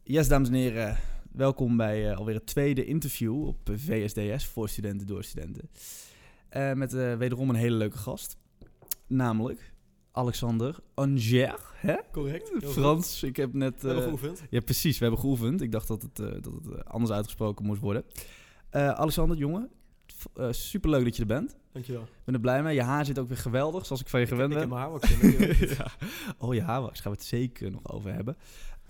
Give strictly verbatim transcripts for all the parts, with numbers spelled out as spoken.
Yes, dames en heren. Welkom bij uh, alweer het tweede interview op V S D S voor studenten door studenten. Uh, met uh, wederom een hele leuke gast. Namelijk Alexander Anger. Hè? Correct. Frans, ik heb net... Uh, we hebben geoefend. Ja, precies. We hebben geoefend. Ik dacht dat het, uh, dat het uh, anders uitgesproken moest worden. Uh, Alexander, jongen. Uh, superleuk dat je er bent. Dankjewel. Ik ben er blij mee. Je haar zit ook weer geweldig, zoals ik van je gewend ben. Ik heb mijn haarwax. Ja. Oh, je haarwax. Gaan we het zeker nog over hebben.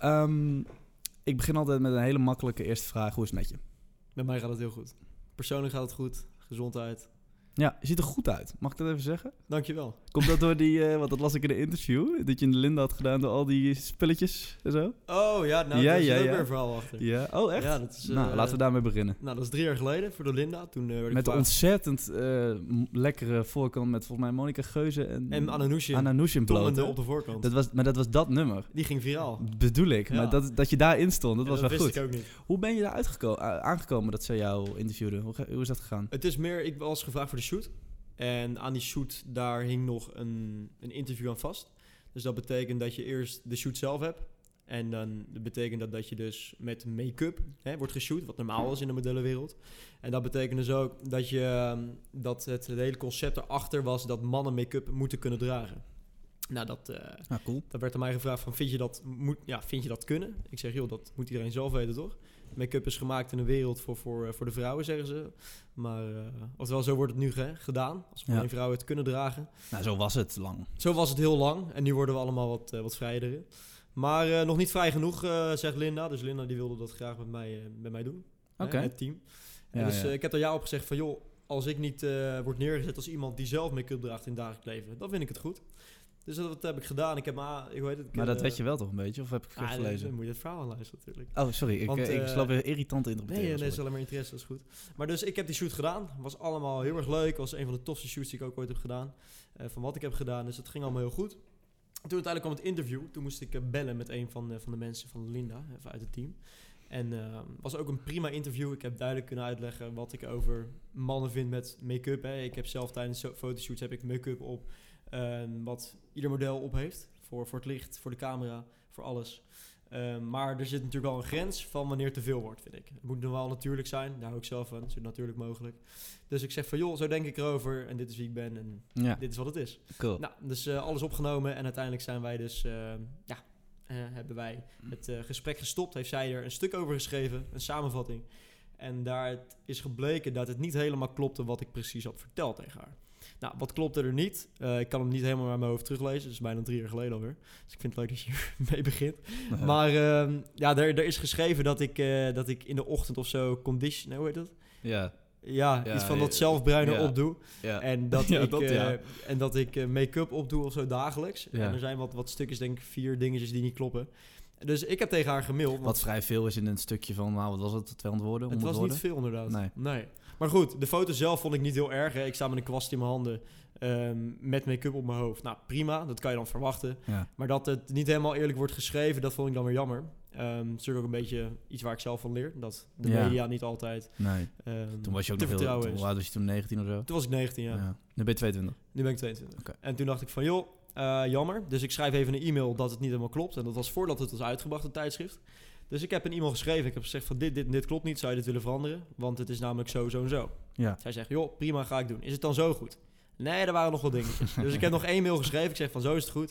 Um, ik begin altijd met een hele makkelijke eerste vraag. Hoe is het met je? Met mij gaat het heel goed. Persoonlijk gaat het goed. Gezondheid. Ja, je ziet er goed uit. Mag ik dat even zeggen? Dankjewel. Komt dat door die, uh, want dat las ik in de interview, dat je in de Linda had gedaan door al die spulletjes en zo? Oh ja, nou ja, daar ja, zit ook ja. weer een verhaal achter. Ja, oh echt? Ja, dat is, uh, nou, laten we daarmee beginnen. Nou, dat is drie jaar geleden voor de Linda. Toen, uh, werd met ik de ontzettend uh, lekkere voorkant met volgens mij Monica Geuze en... En Ananoushi. Ananoushi bloot. op de voorkant. Dat was, maar dat was dat nummer. Die ging viraal. Bedoel ik. Ja. Maar dat, dat je daarin stond, dat ja, was dat wel wist goed. Ik ook niet. Hoe ben je daar uitgeko- aangekomen dat ze jou interviewden? Hoe, hoe is dat gegaan? Het is meer, ik was gevraagd voor de shoot. En aan die shoot, daar hing nog een, een interview aan vast. Dus dat betekent dat je eerst de shoot zelf hebt. En dan dat betekent dat dat je dus met make-up hè, wordt geshoot, wat normaal is in de modellenwereld. En dat betekent dus ook dat, je, dat het, het hele concept erachter was dat mannen make-up moeten kunnen dragen. Nou, dat, uh, ah, cool. dat werd aan mij gevraagd van, vind je dat, moet, ja, vind je dat kunnen? Ik zeg, joh, dat moet iedereen zelf weten, toch? Make-up is gemaakt in de wereld voor, voor, voor de vrouwen, zeggen ze. Maar, uh, oftewel, zo wordt het nu hè, gedaan. Als ja. alleen vrouwen het kunnen dragen. Nou, zo was het lang. Zo was het heel lang. En nu worden we allemaal wat, uh, wat vrijer. Maar uh, nog niet vrij genoeg, uh, zegt Linda. Dus Linda die wilde dat graag met mij, uh, met mij doen. Oké. Okay. Het team. Ja, en dus ja. uh, ik heb er jou op gezegd van, joh, als ik niet uh, word neergezet als iemand die zelf make-up draagt in het dagelijks leven, dan vind ik het goed. Dus dat heb ik gedaan. Ik heb maar, ik weet het. Maar dat uh, weet je wel toch een beetje? Of heb ik verkeerd ah, gelezen? Dan moet je het verhaal aanluisteren natuurlijk. Oh, sorry. Ik, Want, uh, ik sloop weer irritant in. Nee, nee, dat is alleen maar interesse, dat is goed. Maar dus ik heb die shoot gedaan. Was allemaal heel erg leuk. Was een van de tofste shoots die ik ook ooit heb gedaan. Uh, van wat ik heb gedaan. Dus het ging allemaal heel goed. En toen uiteindelijk kwam het interview. Toen moest ik uh, bellen met een van, uh, van de mensen van Linda. Even uit het team. En het uh, was ook een prima interview. Ik heb duidelijk kunnen uitleggen wat ik over mannen vind met make-up. Hè. Ik heb zelf tijdens fotoshoots heb ik make-up op. Uh, wat ieder model op heeft. Voor, voor het licht, voor de camera, voor alles. Uh, maar er zit natuurlijk wel een grens van wanneer te veel wordt, vind ik. Het moet nog wel natuurlijk zijn. Daar hou ik zelf van. Zo natuurlijk mogelijk. Dus ik zeg van, joh, zo denk ik erover. En dit is wie ik ben. En ja. dit is wat het is. Cool. Nou, dus uh, alles opgenomen. En uiteindelijk zijn wij dus... Uh, ja, uh, hebben wij het uh, gesprek gestopt. Heeft zij er een stuk over geschreven. Een samenvatting. En daar is gebleken dat het niet helemaal klopte wat ik precies had verteld tegen haar. Nou, wat klopte er niet? Uh, ik kan hem niet helemaal naar mijn hoofd teruglezen. Dat is bijna drie jaar geleden alweer. Dus ik vind het leuk dat je hiermee begint. Uh-huh. Maar uh, ja, er, er is geschreven dat ik, uh, dat ik in de ochtend of zo condition... Nee, hoe heet dat? Ja. Ja, ja iets van ja, dat zelfbruiner ja, opdoe. Ja. En dat ja, ik, dat, uh, ja. en dat ik uh, make-up opdoe of zo dagelijks. Ja. En er zijn wat, wat stukjes, denk ik, vier dingetjes die niet kloppen. Dus ik heb tegen haar gemaild. Wat vrij veel is in een stukje van, nou, wat was het, tweehonderd woorden? Het was woorden? niet veel inderdaad. Nee. nee. Maar goed, de foto zelf vond ik niet heel erg. Hè. Ik sta met een kwast in mijn handen um, met make-up op mijn hoofd. Nou, prima, dat kan je dan verwachten. Ja. Maar dat het niet helemaal eerlijk wordt geschreven, dat vond ik dan weer jammer. Um, dat is natuurlijk ook een beetje iets waar ik zelf van leer. Dat de ja. media niet altijd nee. um, toen was je ook te nog vertrouwen heel, is. Hoe oud was je toen, negentien of zo? Toen was ik negentien, ja. ja. Nu ben je tweeëntwintig? Nu ben ik tweeëntwintig. Okay. En toen dacht ik van, joh, uh, jammer. Dus ik schrijf even een e-mail dat het niet helemaal klopt. En dat was voordat het was uitgebracht, een tijdschrift. Dus ik heb een e-mail geschreven. Ik heb gezegd van, dit, dit, dit klopt niet. Zou je dit willen veranderen? Want het is namelijk zo, zo en zo. Ja. Zij zegt, joh, prima, ga ik doen. Is het dan zo goed? Nee, er waren nog wel dingetjes. Dus ik heb nog één mail geschreven. Ik zeg van, zo is het goed.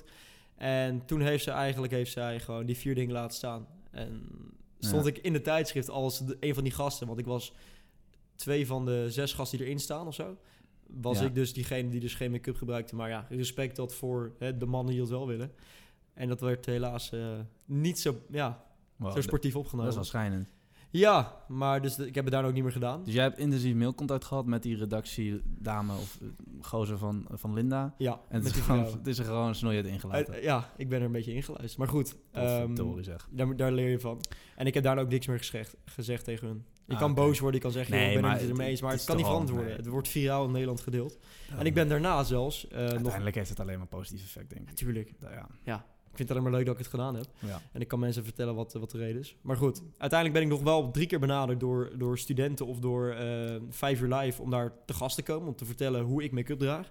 En toen heeft ze eigenlijk heeft zij gewoon die vier dingen laten staan. En stond ja. ik in de tijdschrift als de, een van die gasten. Want ik was twee van de zes gasten die erin staan of zo. Was ja. ik dus diegene die dus geen make-up gebruikte. Maar ja, respect dat voor hè, de mannen die het wel willen. En dat werd helaas uh, niet zo, ja, wow, zo sportief opgenomen. Dat is wel schijnend. Ja, maar dus de, ik heb het daar ook niet meer gedaan. Dus jij hebt intensief mailcontact gehad met die redactiedame of uh, gozer van, van Linda. Ja, en het is, gewoon, het is er gewoon snoeihard ingelaten. Uh, ja, ik ben er een beetje ingeluisterd. Maar goed, um, zeg. Daar, daar leer je van. En ik heb daar ook niks meer gezegd, gezegd tegen hun. Je ah, kan okay. boos worden, je kan zeggen, nee, ik ben er niet ermee eens. Maar het, het kan niet veranderd worden. Nee. Het wordt viraal in Nederland gedeeld. Oh, en ik ben daarna zelfs... Uh, Uiteindelijk nog... heeft het alleen maar positief effect, denk ik. Natuurlijk. Ja. ja. Ik vind het alleen maar leuk dat ik het gedaan heb. Ja. En ik kan mensen vertellen wat, wat de reden is. Maar goed, uiteindelijk ben ik nog wel drie keer benaderd door, door studenten of door uh, vijf uur live om daar te gast te komen. Om te vertellen hoe ik make-up draag.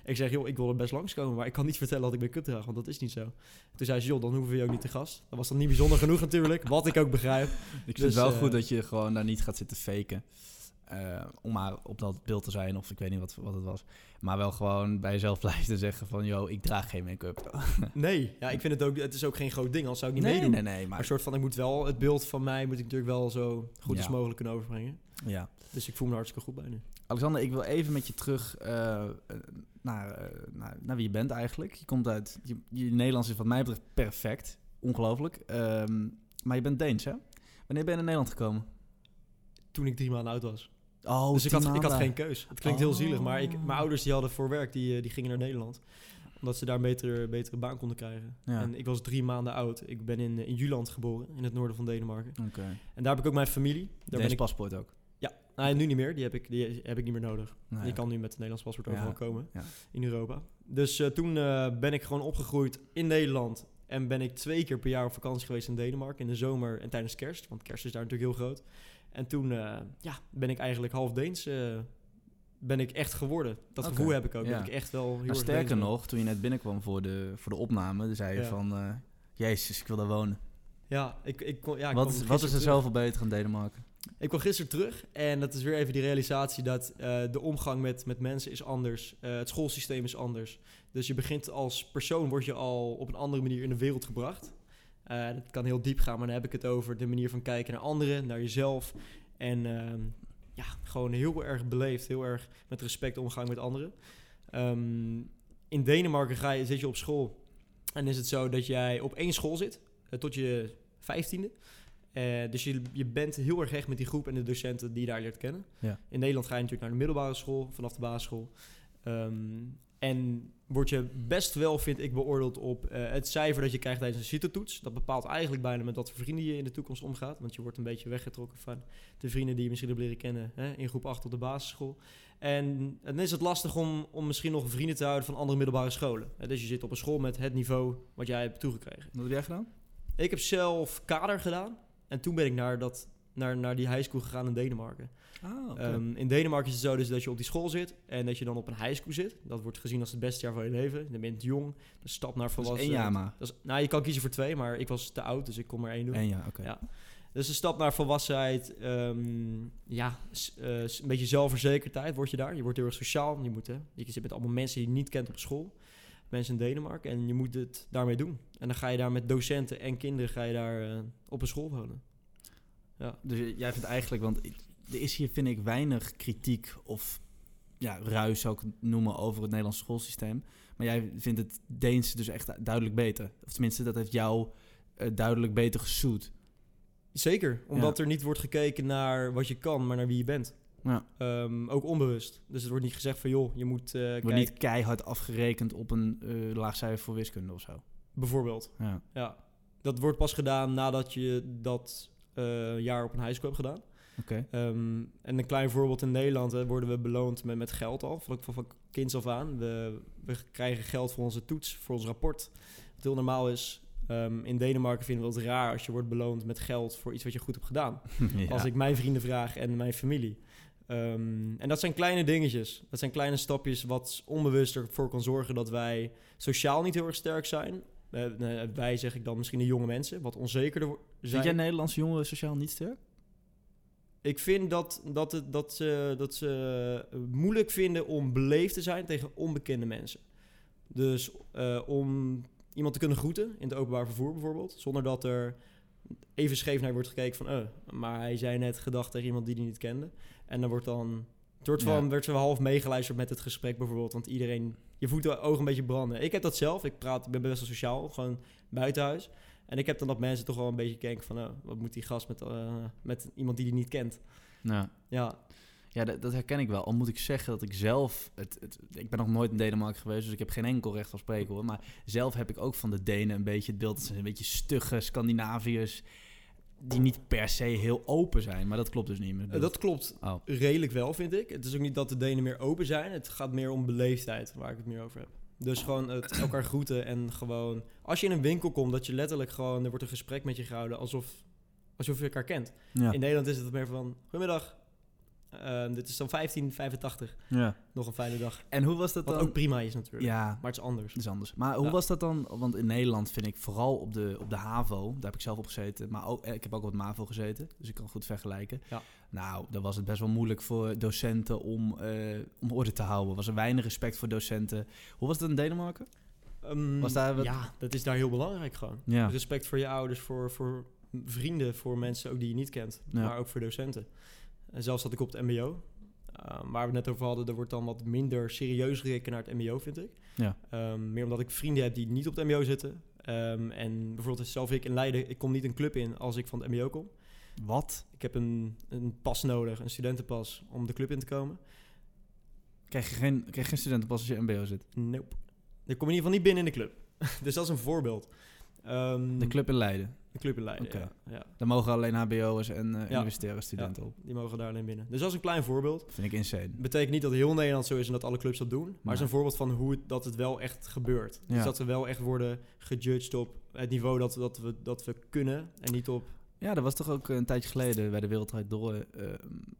Ik zeg, joh, ik wil er best langskomen, maar ik kan niet vertellen dat ik make-up draag, want dat is niet zo. Toen zei ze, joh, dan hoeven we je ook niet te gast. Dat was dan niet bijzonder genoeg natuurlijk, wat ik ook begrijp. Ik vind Dus, het wel uh, goed dat je gewoon daar niet gaat zitten faken. Uh, om maar op dat beeld te zijn, of ik weet niet wat, wat het was. Maar wel gewoon bij jezelf blijven te zeggen van... yo, ik draag geen make-up. Nee, ja, ik vind het ook... Het is ook geen groot ding, als zou ik niet nee, meedoen. Nee, nee, maar... maar een soort van, ik moet wel... Het beeld van mij moet ik natuurlijk wel zo goed Ja. als mogelijk kunnen overbrengen. Ja. Dus ik voel me er hartstikke goed bij nu. Alexander, ik wil even met je terug uh, naar, uh, naar, naar wie je bent eigenlijk. Je komt uit... Je, je Nederlands is wat mij betreft perfect. Ongelooflijk. Um, maar je bent Deens, hè? Wanneer ben je naar Nederland gekomen? Toen ik drie maanden oud was. Oh, dus ik had, maanden. ik had geen keus. Het klinkt oh. heel zielig, maar ik, mijn ouders die hadden voor werk, die, die gingen naar Nederland. Omdat ze daar een betere, betere baan konden krijgen. Ja. En ik was drie maanden oud. Ik ben in, in Jylland geboren, in het noorden van Denemarken. Okay. En daar heb ik ook mijn familie. Daar Deens ik... paspoort ook? Ja, nou, nu niet meer. Die heb ik, die heb ik niet meer nodig. Nee, je ja. kan nu met het Nederlands paspoort overal ja. komen Ja. in Europa. Dus uh, toen uh, ben ik gewoon opgegroeid in Nederland. En ben ik twee keer per jaar op vakantie geweest in Denemarken. In de zomer en tijdens kerst. Want kerst is daar natuurlijk heel groot. En toen uh, ja, ben ik eigenlijk half Deens uh, ben ik echt geworden. Dat okay. gevoel heb ik ook. Ja. Dat ik echt wel heel nou, erg sterker Deens nog, toen je net binnenkwam voor de, voor de opname, dan zei je ja. van... Uh, Jezus, ik wil daar wonen. Ja, ik, ik kon, ja, ik wat, wat is er zoveel beter aan Denemarken? Ik kwam gisteren terug en dat is weer even die realisatie dat uh, de omgang met, met mensen is anders. Uh, het schoolsysteem is anders. Dus je begint als persoon, word je al op een andere manier in de wereld gebracht. Uh, dat kan heel diep gaan, maar dan heb ik het over de manier van kijken naar anderen, naar jezelf. En uh, ja, gewoon heel erg beleefd, heel erg met respect omgaan met anderen. Um, in Denemarken ga je, zit je op school en is het zo dat jij op één school zit, uh, tot je vijftiende. Uh, dus je, je bent heel erg hecht met die groep en de docenten die je daar leert kennen. Ja. In Nederland ga je natuurlijk naar de middelbare school, vanaf de basisschool. Um, en word je best wel, vind ik, beoordeeld op uh, het cijfer dat je krijgt tijdens een CITO-toets. Dat bepaalt eigenlijk bijna met wat voor vrienden je in de toekomst omgaat. Want je wordt een beetje weggetrokken van de vrienden die je misschien hebt leren kennen hè, in groep acht op de basisschool. En dan is het lastig om, om misschien nog vrienden te houden van andere middelbare scholen. Uh, dus je zit op een school met het niveau wat jij hebt toegekregen. Wat heb jij gedaan? Ik heb zelf kader gedaan. En toen ben ik naar, dat, naar, naar die high school gegaan in Denemarken. Ah, okay. um, in Denemarken is het zo dus dat je op die school zit en dat je dan op een high school zit. Dat wordt gezien als het beste jaar van je leven. Je bent jong, de stap naar volwassen. Dat is één jaar maar. Dat is, nou, je kan kiezen voor twee, maar ik was te oud, dus ik kon maar één doen. Eén jaar, oké. Okay. Ja. Dus de stap naar volwassenheid, um, ja, uh, een beetje zelfverzekerdheid word je daar. Je wordt heel erg sociaal. Je, moet, hè, je zit met allemaal mensen die je niet kent op school. Mensen in Denemarken en je moet het daarmee doen. En dan ga je daar met docenten en kinderen ga je daar uh, op een school wonen. Ja. Dus jij vindt eigenlijk, want er is hier, vind ik, weinig kritiek of ja, ruis zou ik het noemen over het Nederlandse schoolsysteem. Maar jij vindt het Deens dus echt duidelijk beter. Of tenminste, dat heeft jou uh, duidelijk beter gesuit. Zeker, omdat ja. er niet wordt gekeken naar wat je kan, maar naar wie je bent. Ja. Um, ook onbewust. Dus het wordt niet gezegd van, joh, je moet uh, wordt niet keihard afgerekend op een uh, laag cijfer voor wiskunde of zo. Bijvoorbeeld. Ja. Ja. Dat wordt pas gedaan nadat je dat uh, jaar op een high school hebt gedaan. Okay. Um, en een klein voorbeeld in Nederland hè, worden we beloond met, met geld al, van, van, van kinds af aan. We, we krijgen geld voor onze toets, voor ons rapport. Wat heel normaal is. Um, in Denemarken vinden we het raar als je wordt beloond met geld voor iets wat je goed hebt gedaan. Ja. Als ik mijn vrienden vraag en mijn familie. Um, en dat zijn kleine dingetjes. Dat zijn kleine stapjes wat onbewust ervoor kan zorgen dat wij sociaal niet heel erg sterk zijn. Uh, uh, wij zeg ik dan misschien de jonge mensen, wat onzekerder zijn. Vind jij Nederlandse jongeren sociaal niet sterk? Ik vind dat, dat, het, dat, ze, dat ze moeilijk vinden om beleefd te zijn tegen onbekende mensen. Dus uh, om iemand te kunnen groeten in het openbaar vervoer bijvoorbeeld, zonder dat er even scheef naar wordt gekeken van, uh, maar hij zei net gedag tegen iemand die hij niet kende. En dan wordt dan, het wordt van, ja. werd zo half meegeluisterd met het gesprek bijvoorbeeld, want iedereen, je voelt de ogen een beetje branden. Ik heb dat zelf, ik praat, ik ben best wel sociaal, gewoon buitenhuis. En ik heb dan dat mensen toch wel een beetje kijken van, oh, wat moet die gast met, uh, met iemand die hij niet kent. Nou. Ja. Ja, dat, dat herken ik wel. Al moet ik zeggen dat ik zelf... Het, het, ik ben nog nooit in Denemarken geweest, dus ik heb geen enkel recht van spreken hoor. Maar zelf heb ik ook van de Denen een beetje het beeld... dat ze een beetje stugge Scandinaviërs... die niet per se heel open zijn. Maar dat klopt dus niet meer. Uh, dat klopt oh. redelijk wel, vind ik. Het is ook niet dat de Denen meer open zijn. Het gaat meer om beleefdheid, waar ik het meer over heb. Dus gewoon het elkaar groeten en gewoon... Als je in een winkel komt, dat je letterlijk gewoon... Er wordt een gesprek met je gehouden alsof, alsof je elkaar kent. Ja. In Nederland is het meer van... Goedemiddag. Uh, dit is dan vijftien vijfentachtig. Ja. Nog een fijne dag. En hoe was dat Wat dan? ook prima is natuurlijk. Ja, Maar het is anders. het is anders. Maar hoe Ja. was dat dan? Want in Nederland vind ik vooral op de, op de HAVO, daar heb ik zelf op gezeten, maar ook, ik heb ook op het MAVO gezeten, dus ik kan goed vergelijken. Ja. Nou, dan was het best wel moeilijk voor docenten om, uh, om orde te houden. Was er weinig respect voor docenten. Hoe was dat in Denemarken? Um, Was daar wat- Ja, dat is daar heel belangrijk gewoon. Ja. Respect voor je ouders, voor, voor vrienden, voor mensen ook die je niet kent. Ja. Maar ook voor docenten. En zelfs zat ik op het mbo. Uh, waar we het net over hadden, er wordt dan wat minder serieus gekeken naar het mbo, vind ik. Ja. Um, meer omdat ik vrienden heb die niet op het mbo zitten. Um, en bijvoorbeeld zelf ik in Leiden, ik kom niet een club in als ik van het mbo kom. Wat? Ik heb een, een pas nodig, een studentenpas, om de club in te komen. Krijg je geen, krijg je geen studentenpas als je mbo zit? Nope. Dan kom je in ieder geval niet binnen in de club. Dus dat is een voorbeeld. Um, De club in Leiden. De club in Leiden, Oké. ja, ja. Daar mogen alleen hbo'ers en uh, Ja. universitaire studenten op. Die mogen daar alleen binnen. Dus dat is een klein voorbeeld. Vind ik insane. Betekent niet dat heel Nederland zo is en dat alle clubs dat doen. Maar het Nee. is een voorbeeld van hoe het, dat het wel echt gebeurt. Ja. Dus dat we wel echt worden gejudged op het niveau dat, dat, we, dat we kunnen. En niet op... Ja, dat was toch ook een tijdje geleden bij de Wereldrijd Door. Uh,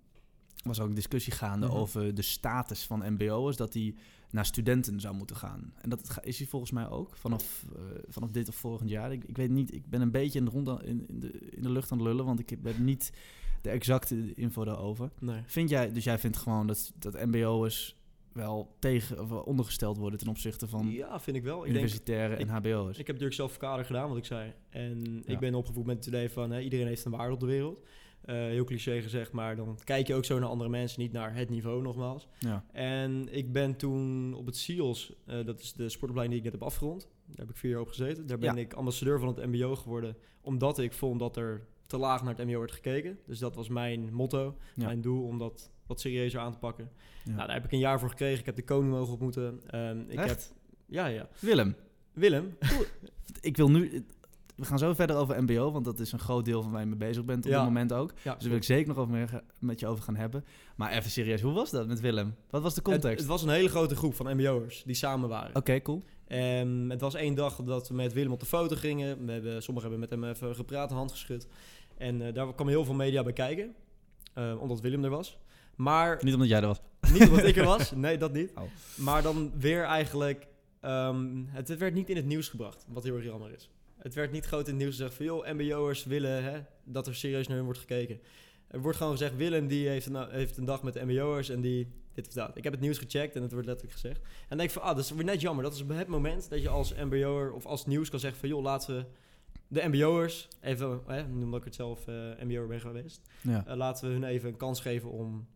was ook een discussie gaande Mhm. over de status van mbo'ers. Dat die naar studenten zou moeten gaan. En dat ga- is hij volgens mij ook. Vanaf, uh, vanaf dit of volgend jaar. Ik, ik weet niet, ik ben een beetje in de, rond, in, in, de, in de lucht aan het lullen. Want ik heb niet de exacte info daarover. Nee. Vind jij, dus jij vindt gewoon dat, dat mbo'ers wel tegen of wel ondergesteld worden ten opzichte van Ja, vind ik wel. Ik denk, universitaire en ik- hbo'ers? ik heb natuurlijk zelf kader gedaan, wat ik zei. En Ja. ik ben opgevoed met het idee van hè, iedereen heeft een waarde op de wereld. Uh, heel cliché gezegd, maar dan kijk je ook zo naar andere mensen, niet naar het niveau nogmaals. Ja. En ik ben toen op het S I O S, uh, dat is de sportopleiding die ik net heb afgerond. Daar heb ik vier jaar op gezeten. Daar ben Ja. ik ambassadeur van het mbo geworden, omdat ik vond dat er te laag naar het mbo werd gekeken. Dus dat was mijn motto, Ja. mijn doel om dat wat serieuzer aan te pakken. Ja. Nou, daar heb ik een jaar voor gekregen. Ik heb de koning mogen ontmoeten. Um, ik Echt? heb, ja, ja. Willem, Willem. ik wil nu... We gaan zo verder over mbo, want dat is een groot deel van waar je mee bezig bent op Ja. dit moment ook. Ja, Dus daar wil ik zeker nog over meer ga- met je over gaan hebben. Maar even serieus, hoe was dat met Willem? Wat was de het, context? het was een hele grote groep van mbo'ers die samen waren. Oké, cool. Um, het was één dag dat we met Willem op de foto gingen. We hebben, sommigen hebben met hem even gepraat, hand geschud. En uh, daar kwam heel veel media bij kijken. Uh, omdat Willem er was. Maar Niet omdat jij er was. niet omdat ik er was. Nee, dat niet. Oh. Maar dan weer eigenlijk... Um, het, het werd niet in het nieuws gebracht. Wat heel erg jammer is. Het werd niet groot in het nieuws gezegd van... joh, mbo'ers willen hè, dat er serieus naar hun wordt gekeken. Er wordt gewoon gezegd... Willem die heeft een, heeft een dag met de mbo'ers en die... dit of dat. Ik heb het nieuws gecheckt en het wordt letterlijk gezegd. En dan denk ik van... ah, dat is weer net jammer. Dat is het moment dat je als mbo'er of als nieuws kan zeggen van... joh, laten we de mbo'ers... even, hè, noem dat ik het zelf uh, mbo'er ben geweest... Ja. Uh, laten we hun even een kans geven om...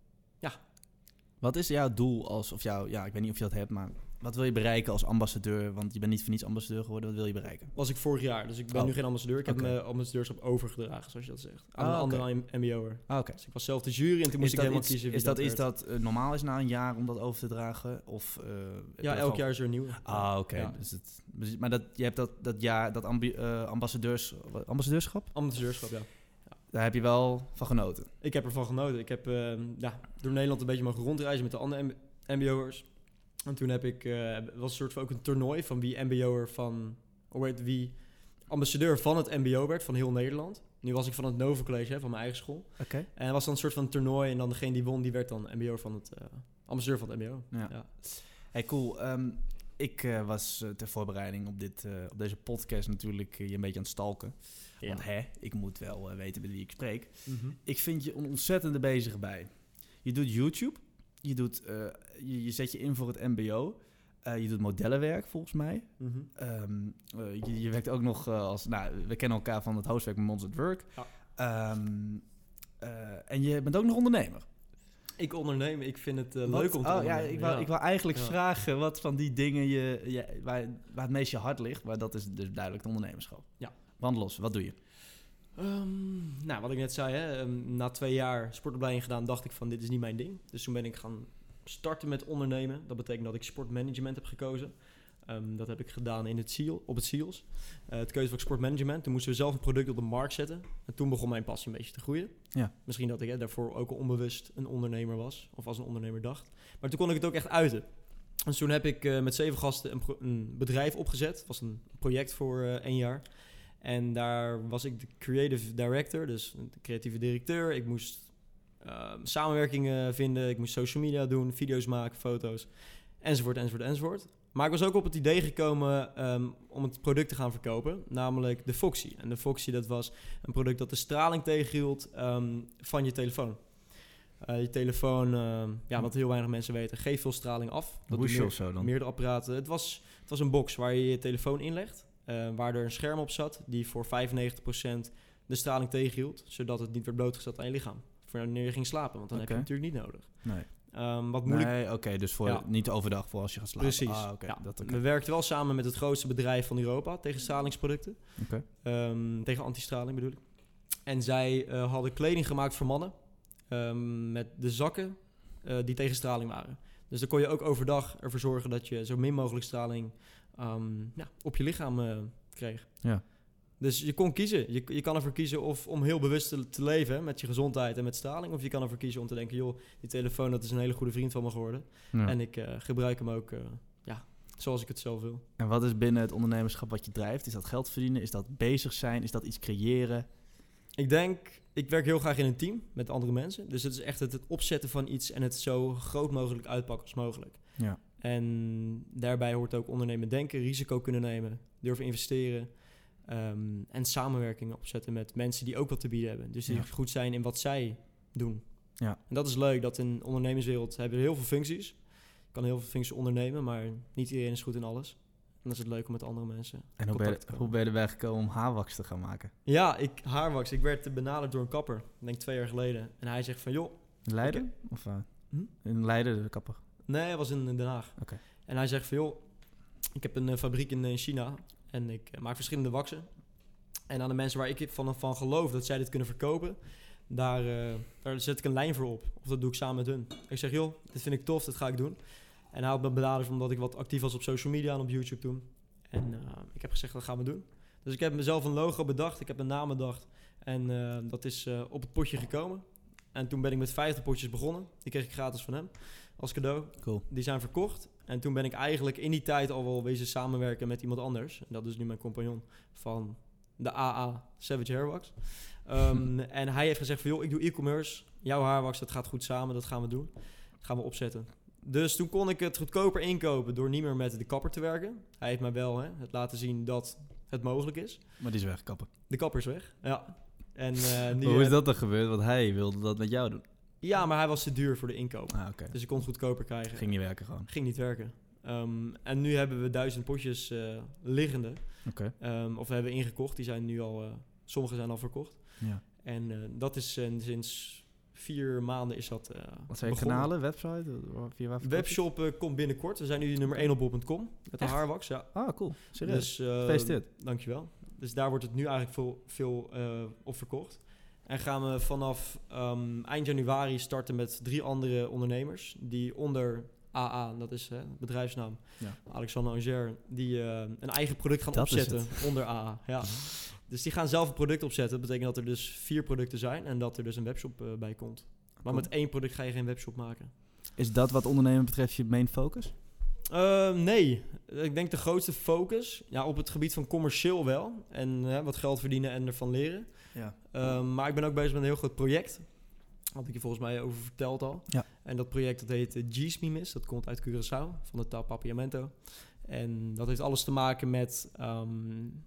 Wat is jouw doel als... Of jouw, ja, ik weet niet of je dat hebt, maar... Wat wil je bereiken als ambassadeur? Want je bent niet voor niets ambassadeur geworden. Wat wil je bereiken? Was ik vorig jaar, dus ik ben Oh. nu geen ambassadeur. Ik Oké. heb mijn ambassadeurschap overgedragen, zoals je dat zegt. Aan Ah, een oké. andere mbo'er. Ah, oké. Dus ik was zelf de jury en toen moest Is ik dat helemaal iets, kiezen wie is dat iets werd. dat uh, normaal is na een jaar om dat over te dragen? Of, uh, heb je Ja, dat elk gewoon- jaar is er een nieuwe. Ah, oké. Ja. Dus het, dus- maar dat, je hebt dat, dat jaar, dat ambi, uh, ambassadeurs, wat, ambassadeurschap? Ambassadeurschap, ja. Daar heb je wel van genoten. Ik heb ervan genoten. Ik heb uh, ja, door Nederland een beetje mogen rondreizen met de andere M- mbo'ers. En toen heb ik, uh, was een soort van ook een toernooi van wie mbo'er van, hoe heet wie ambassadeur van het mbo werd, van heel Nederland. Nu was ik van het Nova College, hè, van mijn eigen school. Oké. Okay. En het was dan een soort van toernooi en dan degene die won, die werd dan mbo'er van het, uh, ambassadeur van het mbo. Ja. Ja. Hey, cool. Um, ik uh, was uh, ter voorbereiding op, dit, uh, op deze podcast natuurlijk uh, je een beetje aan het stalken. Ja. Want hè, ik moet wel uh, weten met wie ik spreek. Mm-hmm. Ik vind je een ontzettende bezige bij. Je doet YouTube. Je, doet, uh, je, je zet je in voor het mbo. Uh, je doet modellenwerk, volgens mij. Mm-hmm. Um, uh, je, je werkt ook nog uh, als... Nou, we kennen elkaar van het hostwerk met Monster at Work. Ja. Um, uh, en je bent ook nog ondernemer. Ik onderneem, ik vind het uh, Wat? leuk om te oh, ondernemen. ja, ik wou, ja. ik wou eigenlijk Ja. vragen wat van die dingen je, je, waar, waar het meest je hart ligt. Maar dat is dus duidelijk het ondernemerschap. Ja. Brand los, wat doe je? Um, nou, wat ik net zei, hè, um, na twee jaar sportopleiding gedaan, dacht ik van dit is niet mijn ding. Dus toen ben ik gaan starten met ondernemen. Dat betekent dat ik sportmanagement heb gekozen. Um, dat heb ik gedaan in het S I O, op het S I O S. Uh, het keuzevak sportmanagement. Toen moesten we zelf een product op de markt zetten. En toen begon mijn passie een beetje te groeien. Ja. Misschien dat ik hè, daarvoor ook al onbewust een ondernemer was. Of als een ondernemer dacht. Maar toen kon ik het ook echt uiten. Dus toen heb ik uh, met zeven gasten een, pro- een bedrijf opgezet. Het was een project voor uh, één jaar. En daar was ik de creative director, dus de creatieve directeur. Ik moest uh, samenwerkingen vinden. Ik moest social media doen, video's maken, foto's, enzovoort, enzovoort, enzovoort. Maar ik was ook op het idee gekomen um, om het product te gaan verkopen, namelijk de Foxy. En de Foxy, dat was een product dat de straling tegenhield um, van je telefoon. Uh, je telefoon, uh, ja, wat heel weinig mensen weten, geeft veel straling af. Dat Hoe is meer, of zo dan? Meerdere apparaten. Het was, het was een box waar je je telefoon inlegt, uh, waar er een scherm op zat die voor vijfennegentig procent de straling tegenhield, zodat het niet werd blootgesteld aan je lichaam. Voor wanneer je ging slapen, want dan okay. heb je het natuurlijk niet nodig. Nee. Um, wat moeilijk... Nee, oké, okay, dus voor ja. niet overdag voor als je gaat slapen. Precies. Ah, okay, ja. dat okay. We werkten wel samen met het grootste bedrijf van Europa tegen stralingsproducten. Okay. Um, tegen antistraling bedoel ik. En zij uh, hadden kleding gemaakt voor mannen um, met de zakken uh, die tegen straling waren. Dus dan kon je ook overdag ervoor zorgen dat je zo min mogelijk straling um, ja, op je lichaam uh, kreeg. Ja. Dus je kon kiezen. Je, je kan ervoor kiezen of om heel bewust te, te leven met je gezondheid en met straling. Of je kan ervoor kiezen om te denken, joh, die telefoon dat is een hele goede vriend van me geworden. Ja. En ik uh, gebruik hem ook uh, ja, zoals ik het zelf wil. En wat is binnen het ondernemerschap wat je drijft? Is dat geld verdienen? Is dat bezig zijn? Is dat iets creëren? Ik denk, ik werk heel graag in een team met andere mensen. Dus het is echt het, het opzetten van iets en het zo groot mogelijk uitpakken als mogelijk. Ja. En daarbij hoort ook ondernemen denken, risico kunnen nemen, durven investeren. Um, en samenwerkingen opzetten met mensen die ook wat te bieden hebben. Dus die ja. goed zijn in wat zij doen. Ja. En dat is leuk, dat in de ondernemerswereld hebben we heel veel functies. Je kan heel veel functies ondernemen, maar niet iedereen is goed in alles. En dan is het leuk om met andere mensen En hoe ben, je, hoe ben je erbij gekomen om haarwaks te gaan maken? Ja, ik, haarwaks. Ik werd benaderd door een kapper, ik denk twee jaar geleden. En hij zegt van, joh... In Leiden? Ik, of, uh, hm? In Leiden de kapper? Nee, hij was in, in Den Haag. Okay. En hij zegt van, joh, ik heb een uh, fabriek in uh, China en ik uh, maak verschillende waksen. En aan de mensen waar ik van, van geloof dat zij dit kunnen verkopen, daar, uh, daar zet ik een lijn voor op. Of dat doe ik samen met hun. Ik zeg, joh, dit vind ik tof, dit ga ik doen. En hij had me benaderd omdat ik wat actief was op social media en op YouTube toen. En uh, ik heb gezegd, dat gaan we doen. Dus ik heb mezelf een logo bedacht, ik heb een naam bedacht. En uh, dat is uh, op het potje gekomen. En toen ben ik met vijftig potjes begonnen. Die kreeg ik gratis van hem als cadeau. Cool. Die zijn verkocht. En toen ben ik eigenlijk in die tijd al wel wezen samenwerken met iemand anders. En dat is nu mijn compagnon van de A A Savage Hairwax. Um, en hij heeft gezegd van, joh, ik doe e-commerce. Jouw haarwax, dat gaat goed samen, dat gaan we doen. Dat gaan we opzetten. Dus toen kon ik het goedkoper inkopen door niet meer met de kapper te werken. Hij heeft mij wel hè, het laten zien dat het mogelijk is. Maar die is weg, kapper. De kapper is weg, ja. En, uh, nu hoe is dat dan gebeurd? Want hij wilde dat met jou doen. Ja, maar hij was te duur voor de inkoop. Ah, okay. Dus ik kon het goedkoper krijgen. Ging niet werken gewoon? Ging niet werken. Um, en nu hebben we duizend potjes uh, liggende. Okay. Um, of we hebben ingekocht. Die zijn nu al... Uh, sommige zijn al verkocht. Ja. En uh, dat is uh, sinds vier maanden is dat uh, Wat zijn je kanalen? Website? Via waar Webshop uh, komt binnenkort. We zijn nu nummer één op bol punt com. Met de haarwax, ja. Ah, cool. Serieus? Dus, uh, Gefeliciteerd. Dankjewel. Dus daar wordt het nu eigenlijk veel, veel uh, op verkocht. En gaan we vanaf um, eind januari starten met drie andere ondernemers. Die onder A A, dat is uh, bedrijfsnaam, ja. Alexander Anger, die uh, een eigen product gaan dat opzetten onder A A. Ja. Dus die gaan zelf een product opzetten. Dat betekent dat er dus vier producten zijn en dat er dus een webshop uh, bij komt. Maar cool. Met één product ga je geen webshop maken. Is dat wat ondernemen betreft je main focus? Uh, nee, ik denk de grootste focus, ja, op het gebied van commercieel wel. En uh, wat geld verdienen en ervan leren. Ja. Uh, maar ik ben ook bezig met een heel groot project. Had ik je volgens mij over verteld al. Ja. En dat project dat heet uh, G-Smimis. Dat komt uit Curaçao, van de taal Papiamento. En dat heeft alles te maken met um,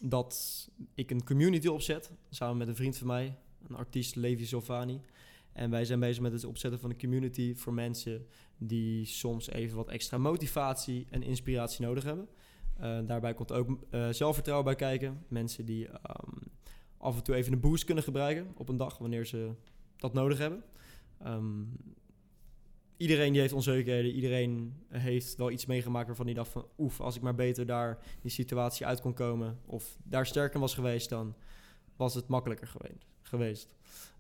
dat ik een community opzet. Samen met een vriend van mij, een artiest, Levi Zolvani. En wij zijn bezig met het opzetten van een community voor mensen die soms even wat extra motivatie en inspiratie nodig hebben. Uh, daarbij komt ook uh, zelfvertrouwen bij kijken. Mensen die um, af en toe even een boost kunnen gebruiken op een dag wanneer ze dat nodig hebben. Um, iedereen die heeft onzekerheden. Iedereen heeft wel iets meegemaakt waarvan hij dacht van oef, als ik maar beter daar die situatie uit kon komen of daar sterker was geweest, dan was het makkelijker geweest.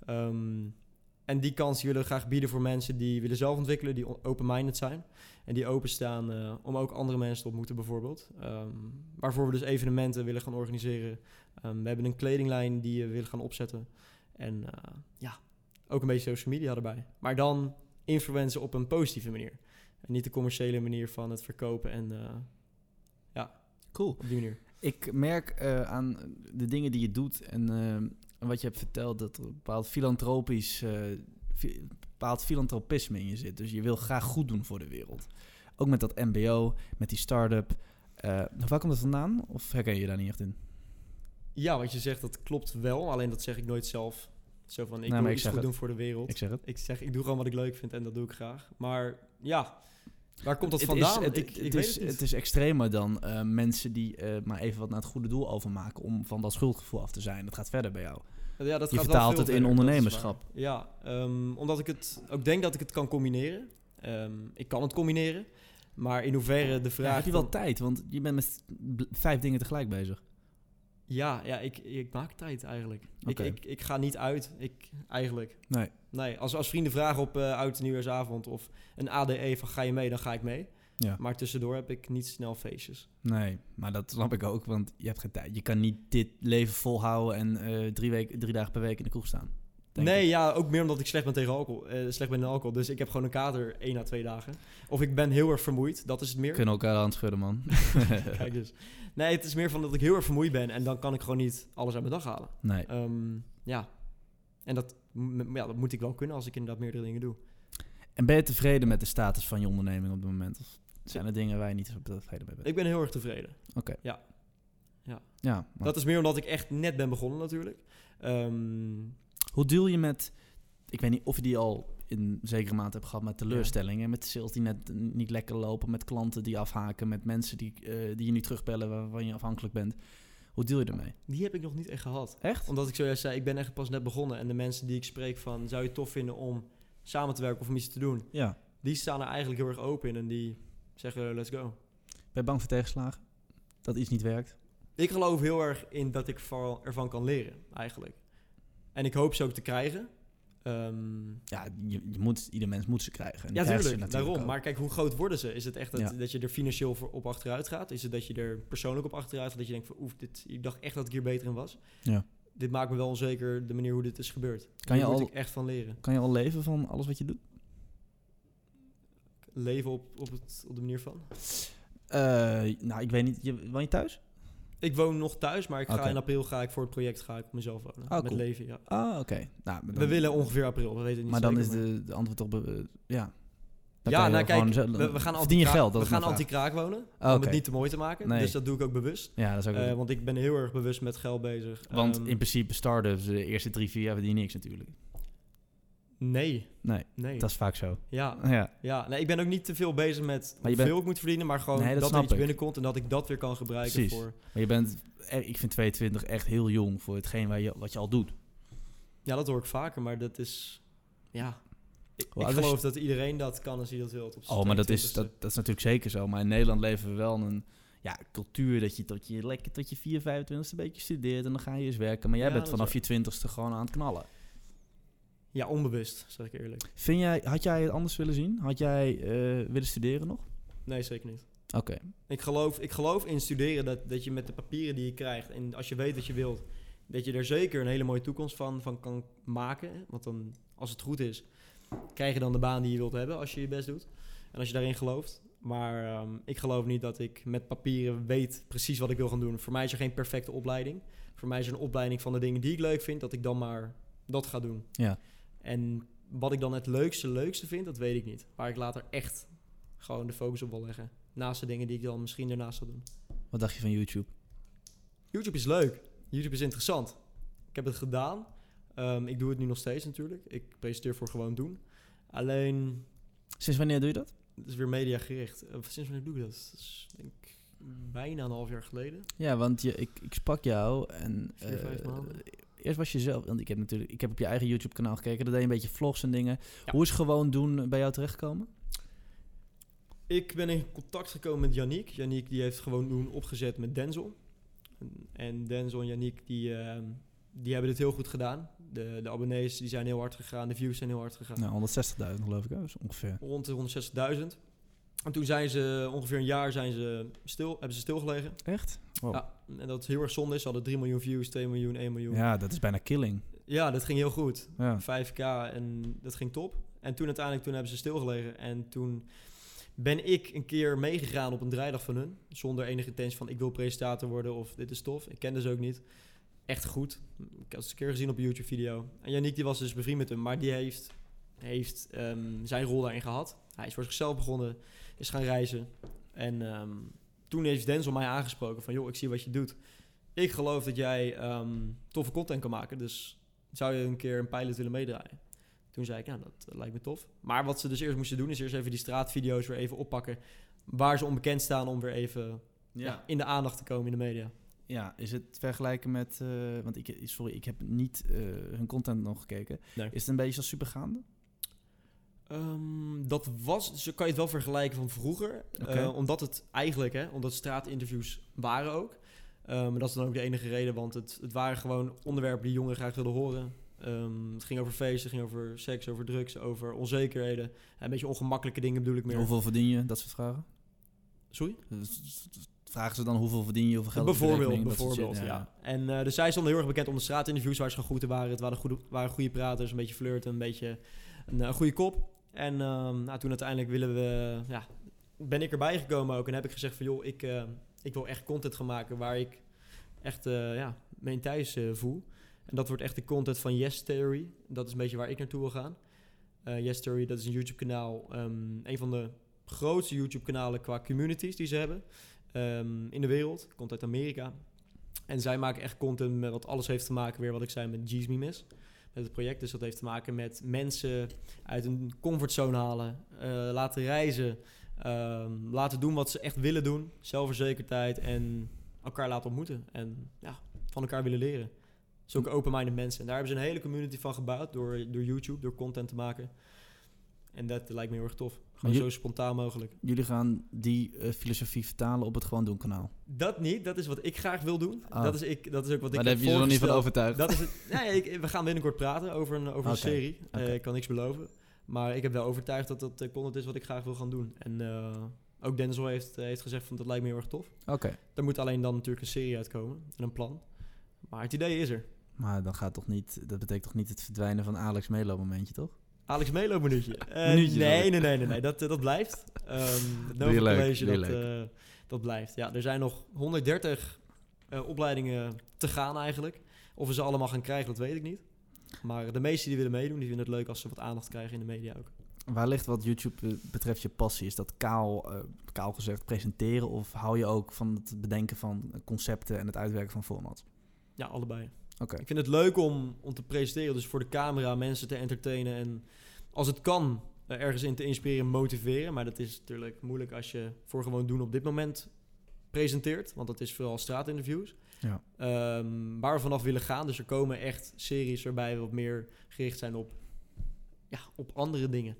Um, En die kans willen we graag bieden voor mensen die willen zelf ontwikkelen, die open-minded zijn. En die openstaan uh, om ook andere mensen te ontmoeten bijvoorbeeld. Um, waarvoor we dus evenementen willen gaan organiseren. Um, we hebben een kledinglijn die we willen gaan opzetten. En uh, ja, ook een beetje social media erbij. Maar dan influencen op een positieve manier. En niet de commerciële manier van het verkopen en uh, ja, cool. Op die manier. Ik merk uh, aan de dingen die je doet en uh, wat je hebt verteld, dat er een bepaald filantropisch uh, fi- bepaald filantropisme in je zit. Dus je wil graag goed doen voor de wereld. Ook met dat M B O, met die start-up. Uh, waar komt dat vandaan? Of herken je daar niet echt in? Ja, wat je zegt, dat klopt wel. Alleen dat zeg ik nooit zelf. Zo van, ik Nee, maar wil ik iets zeg goed het. doen voor de wereld. Ik zeg het. Ik zeg, ik doe gewoon wat ik leuk vind en dat doe ik graag. Maar ja, waar komt dat Het vandaan? Is, het, ik het, ik het weet is, het niet. het is extremer dan uh, mensen die uh, maar even wat naar het goede doel overmaken om van dat schuldgevoel af te zijn. Dat gaat verder bij jou. Ja, dat Je gaat vertaalt wel het veel in verder, dat is ondernemerschap. waar. Ja, um, omdat ik het ook denk dat ik het kan combineren. Um, ik kan het combineren. Maar in hoeverre de vraag... Ja, heb je wel van, tijd? Want je bent met b- vijf dingen tegelijk bezig. Ja, ja ik, ik maak tijd eigenlijk. Okay. Ik, ik, ik ga niet uit, ik, eigenlijk. Nee. Nee, als, als vrienden vragen op uh, oud- en nieuwjaarsavond of een A D E van ga je mee, dan ga ik mee. Ja. Maar tussendoor heb ik niet snel feestjes. Nee, maar dat snap ik ook, want je hebt geen tijd. Je kan niet dit leven volhouden en uh, drie, week, drie dagen per week in de kroeg staan. Nee, ik. ja, ook meer omdat ik slecht ben tegen alcohol. Uh, slecht ben in alcohol. Dus ik heb gewoon een kater één à twee dagen. Of ik ben heel erg vermoeid, dat is het meer. Kunnen elkaar aan het schudden, man. Kijk dus. Nee, het is meer van dat ik heel erg vermoeid ben en dan kan ik gewoon niet alles uit mijn dag halen. Nee. Um, ja. En dat, m- ja, dat moet ik wel kunnen als ik inderdaad meerdere dingen doe. En ben je tevreden met de status van je onderneming op het moment? Of zijn er dingen waar je niet zo tevreden mee bent? Ik ben heel erg tevreden. Oké. Okay. Ja. Ja. ja maar... Dat is meer omdat ik echt net ben begonnen natuurlijk. Um, Hoe deal je met... Ik weet niet of je die al in zekere mate hebt gehad met teleurstellingen. Ja. Met sales die net niet lekker lopen. Met klanten die afhaken. Met mensen die, uh, die je niet terugbellen waarvan je afhankelijk bent. Hoe deal je ermee? Die heb ik nog niet echt gehad. Echt? Omdat ik zojuist zei, ik ben echt pas net begonnen. En de mensen die ik spreek van, zou je het tof vinden om samen te werken of om iets te doen? Ja. Die staan er eigenlijk heel erg open in en die zeggen, let's go. Ben je bang voor tegenslagen? Dat iets niet werkt? Ik geloof heel erg in dat ik ervan kan leren, eigenlijk. En ik hoop ze ook te krijgen. Um, ja, je, je moet, ieder mens moet ze krijgen. En ja, tuurlijk, daarom. Ook. Maar kijk, hoe groot worden ze? Is het echt dat, ja. dat je er financieel voor op achteruit gaat? Is het dat je er persoonlijk op achteruit gaat? Dat je denkt van, oef, dit, ik dacht echt dat ik hier beter in was. Ja. Dit maakt me wel onzeker, de manier hoe dit is gebeurd. Kan je Daar moet al, ik echt van leren. Kan je al leven van alles wat je doet? Leven op, op, het, op de manier van? Uh, nou, ik weet niet. Je, woon je thuis? Ik woon nog thuis, maar ik ga okay. in april ga ik voor het project ga ik op mezelf wonen. Oh, met cool. leven, ja. Ah, oké. Okay. Nou, we willen ongeveer april, we weten niet maar zeker. Maar dan is de, de antwoord toch... Be, ja. Dan ja, nou kijk, zo, we, we gaan verdien je geld. Dat we gaan anti-kraak wonen, oh, okay. om het niet te mooi te maken. Nee. Dus dat doe ik ook bewust. Ja, dat is ook uh, want ik ben heel erg bewust met geld bezig. Want um, in principe start-ups, de eerste drie, vier jaar verdien je niks natuurlijk. Nee. nee. Nee. Dat is vaak zo. Ja. ja. ja. Nee, ik ben ook niet te veel bezig met hoeveel bent... ik moet verdienen, maar gewoon nee, dat, dat er iets ik. binnenkomt en dat ik dat weer kan gebruiken. Precies. Voor... Maar je bent, ik vind tweeëntwintig echt heel jong voor hetgeen waar je, wat je al doet. Ja, dat hoor ik vaker, maar dat is... Ja... Ik, well, ik geloof je... dat iedereen dat kan als hij dat wil. Oh, maar dat is, dat, dat is natuurlijk zeker zo. Maar in Nederland leven we wel een ja, cultuur dat je tot je lekker tot je vier, vijfentwintigste een beetje studeert en dan ga je eens werken. Maar jij ja, bent vanaf je twintigste gewoon aan het knallen. Ja, onbewust, zeg ik eerlijk. Vind jij, had jij het anders willen zien? Had jij uh, willen studeren nog? Nee, zeker niet. Oké. Okay. Ik geloof, ik geloof in studeren dat, dat je met de papieren die je krijgt en als je weet wat je wilt, dat je er zeker een hele mooie toekomst van, van kan maken. Want dan, als het goed is, krijg je dan de baan die je wilt hebben als je je best doet. En als je daarin gelooft. Maar um, ik geloof niet dat ik met papieren weet precies wat ik wil gaan doen. Voor mij is er geen perfecte opleiding. Voor mij is er een opleiding van de dingen die ik leuk vind, dat ik dan maar dat ga doen. Ja. En wat ik dan het leukste, leukste vind, dat weet ik niet. Waar ik later echt gewoon de focus op wil leggen. Naast de dingen die ik dan misschien daarnaast zal doen. Wat dacht je van YouTube? YouTube is leuk. YouTube is interessant. Ik heb het gedaan. Um, ik doe het nu nog steeds natuurlijk. Ik presenteer voor Gewoon Doen. Alleen... Sinds wanneer doe je dat? Het is weer mediagericht. Uh, sinds wanneer doe ik dat? Dat is denk ik bijna een half jaar geleden. Ja, want je, ik, ik sprak jou en... Vier, uh, vijf maanden. Eerst was je zelf... Want ik heb natuurlijk... Ik heb op je eigen YouTube kanaal gekeken. Daar deed je een beetje vlogs en dingen. Ja. Hoe is Gewoon Doen bij jou terechtgekomen? Ik ben in contact gekomen met Yannick. Yannick die heeft Gewoon Doen opgezet met Denzel. En, en Denzel en Yannick die... Uh, Die hebben het heel goed gedaan. De, de abonnees die zijn heel hard gegaan. De views zijn heel hard gegaan. Nou, honderdzestigduizend geloof ik, dus ongeveer. Rond de honderdzestigduizend. En toen zijn ze ongeveer een jaar zijn ze stil, hebben ze stilgelegen. Echt? Wow. Ja, en dat is heel erg zonde. Ze hadden drie miljoen views, twee miljoen, één miljoen. Ja, dat is bijna killing. Ja, dat ging heel goed. Ja. vijf k en dat ging top. En toen uiteindelijk toen hebben ze stilgelegen. En toen ben ik een keer meegegaan op een draaidag van hun. Zonder enige intentie van ik wil presentator worden of dit is tof. Ik kende ze ook niet. Echt goed. Ik had ze een keer gezien op een YouTube-video. En Yannick die was dus bevriend met hem, maar die heeft heeft um, zijn rol daarin gehad. Hij is voor zichzelf begonnen, is gaan reizen. En um, toen heeft Denzel mij aangesproken van... joh, ik zie wat je doet. Ik geloof dat jij um, toffe content kan maken. Dus zou je een keer een pilot willen meedraaien? Toen zei ik, ja, dat uh, lijkt me tof. Maar wat ze dus eerst moesten doen... is eerst even die straatvideo's weer even oppakken... waar ze onbekend staan om weer even ja. Ja, in de aandacht te komen in de media. Ja, is het vergelijken met... Uh, want ik, sorry, ik heb niet uh, hun content nog gekeken. Nee. Is het een beetje als Supergaande? Um, dat was... Dus kan je het wel vergelijken van vroeger. Okay. Uh, omdat het eigenlijk... Hè, omdat straatinterviews waren ook. Maar um, dat is dan ook de enige reden. Want het, het waren gewoon onderwerpen die jongeren graag wilden horen. Um, het ging over feesten, het ging over seks, over drugs, over onzekerheden. Een beetje ongemakkelijke dingen bedoel ik meer. Hoeveel verdien je? Dat soort vragen? Sorry? Vragen ze dan hoeveel verdien je, hoeveel geld bijvoorbeeld, bijvoorbeeld, ja. ja. En uh, dus zij stonden heel erg bekend om de straatinterviews waar ze gewoon goed in waren. Het waren goede, waren goede praters, een beetje flirten, een beetje een, een goede kop. En uh, nou, toen uiteindelijk willen we, ja, ben ik erbij gekomen ook en heb ik gezegd van joh, ik, uh, ik wil echt content gaan maken waar ik echt uh, ja, me in thuis uh, voel. En dat wordt echt de content van Yes Theory. Dat is een beetje waar ik naartoe wil gaan. Uh, Yes Theory, dat is een YouTube kanaal, um, een van de grootste YouTube kanalen qua communities die ze hebben. Um, in de wereld, komt uit Amerika. En zij maken echt content met wat alles heeft te maken, weer wat ik zei, met Jeez Me Miss. Met het project, dus dat heeft te maken met mensen uit een comfortzone halen, uh, laten reizen, um, laten doen wat ze echt willen doen, zelfverzekerdheid en elkaar laten ontmoeten. En ja, van elkaar willen leren. Zulke open-minded mensen. En daar hebben ze een hele community van gebouwd door, door YouTube, door content te maken. En dat lijkt me heel erg tof. Gewoon jullie, zo spontaan mogelijk. Jullie gaan die uh, filosofie vertalen op het Gewoon Doen kanaal? Dat niet. Dat is wat ik graag wil doen. Oh. Dat, is ik, dat is ook wat maar ik heb je er nog niet van overtuigd? Dat is het, nee, ik, we gaan binnenkort praten over een, over okay. een serie. Okay. Uh, ik kan niks beloven. Maar ik heb wel overtuigd dat dat uh, content is wat ik graag wil gaan doen. En uh, ook Denzel heeft, uh, heeft gezegd van dat lijkt me heel erg tof. Oké. Okay. Er moet alleen dan natuurlijk een serie uitkomen. En een plan. Maar het idee is er. Maar dan gaat toch niet, dat betekent toch niet het verdwijnen van Alex Melo momentje, toch? Alex Melo minuutje. Uh, nee, nee, nee, nee, nee. Dat, uh, dat blijft. Um, het Nova College, dat, uh, dat blijft. Ja, er zijn nog honderddertig uh, opleidingen te gaan eigenlijk. Of we ze allemaal gaan krijgen, dat weet ik niet. Maar de meesten die willen meedoen, die vinden het leuk als ze wat aandacht krijgen in de media ook. Waar ligt wat YouTube betreft je passie? Is dat kaal, uh, kaal gezegd presenteren? Of hou je ook van het bedenken van concepten en het uitwerken van formats? Ja, allebei. Okay. Ik vind het leuk om, om te presenteren, dus voor de camera mensen te entertainen en als het kan uh, ergens in te inspireren, motiveren. Maar dat is natuurlijk moeilijk als je voor Gewoon Doen op dit moment presenteert, want dat is vooral straatinterviews. Ja. Um, waar we vanaf willen gaan, dus er komen echt series waarbij we wat meer gericht zijn op, ja, op andere dingen.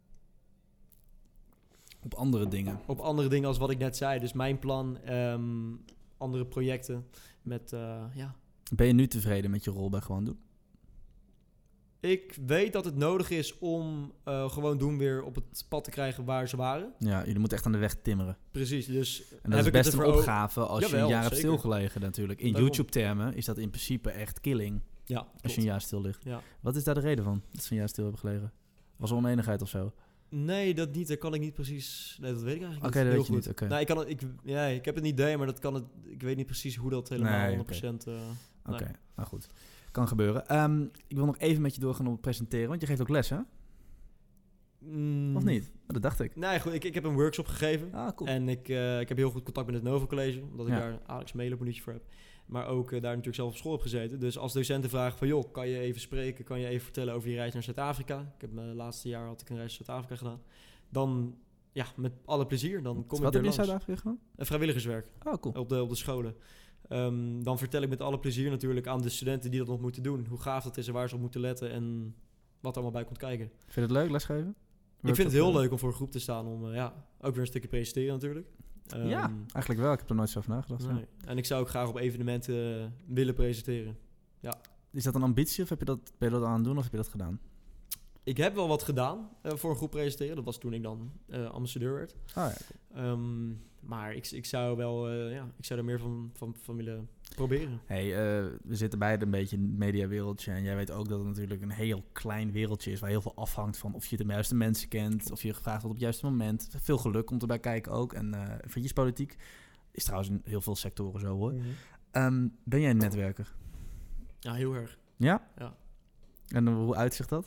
Op andere dingen? Op andere dingen als wat ik net zei. Dus mijn plan, um, andere projecten met, uh, ja... Ben je nu tevreden met je rol bij Gewoon Doen? Ik weet dat het nodig is om uh, Gewoon Doen weer op het pad te krijgen waar ze waren. Ja, jullie moeten echt aan de weg timmeren. Precies, dus... En dat heb is best een opgave als Jawel, je een jaar zeker. hebt stilgelegen natuurlijk. In YouTube-termen is dat in principe echt killing. Ja, als klopt. je een jaar stil ligt. Ja. Wat is daar de reden van, dat ze een jaar stil hebben gelegen? Was er oneenigheid of zo? Nee, dat niet. Dat kan ik niet precies... Nee, dat weet ik eigenlijk okay, niet. Heel goed. Niet. Okay. Nee, ik, kan het, ik, ja, ik heb het idee, maar dat kan het, ik weet niet precies hoe dat helemaal nee, honderd procent... Oké, okay. uh, okay, nou goed. Kan gebeuren. Um, ik wil nog even met je doorgaan op het presenteren, want je geeft ook les, hè? Mm. Of niet? Oh, dat dacht ik. Nee, goed. Ik, ik heb een workshop gegeven. Ah, cool. En ik, uh, ik heb heel goed contact met het Nova College, omdat ik ja. daar Alex Melo een minuutje voor heb. Maar ook uh, daar natuurlijk zelf op school heb gezeten. Dus als docenten vragen van, joh, kan je even spreken, kan je even vertellen over je reis naar Zuid-Afrika? Ik heb mijn laatste jaar had ik een reis naar Zuid-Afrika gedaan. Dan, ja, met alle plezier, dan kom Wat ik er langs. langs. Wat heb je in Zuid-Afrika gedaan? Uh, vrijwilligerswerk. Oh, cool. Op de, op de scholen. Um, dan vertel ik met alle plezier natuurlijk aan de studenten die dat nog moeten doen. Hoe gaaf dat is en waar ze op moeten letten en wat er allemaal bij komt kijken. Vind je het leuk, lesgeven? Ik vind het heel leuk om voor een groep te staan. Om uh, ja, ook weer een stukje presenteren natuurlijk. Um, ja, eigenlijk wel. Ik heb er nooit zo over nagedacht. Nee. En ik zou ook graag op evenementen uh, willen presenteren. Ja. Is dat een ambitie of heb je dat, ben je dat aan het doen of heb je dat gedaan? Ik heb wel wat gedaan uh, voor een groep presenteren. Dat was toen ik dan uh, ambassadeur werd. Ah, ja, cool. um, maar ik, ik zou wel, uh, ja, ik zou er meer van, van, van willen proberen. Hey, uh, we zitten beide een beetje in het mediawereldje. En jij weet ook dat het natuurlijk een heel klein wereldje is waar heel veel afhangt van of je de juiste mensen kent, of je gevraagd wordt op het juiste moment. Veel geluk komt erbij kijken ook. En uh, verkiespolitiek is trouwens in heel veel sectoren zo, hoor. Mm-hmm. Um, ben jij een netwerker? Ja, heel erg. Ja? Ja. En uh, hoe uitzicht dat?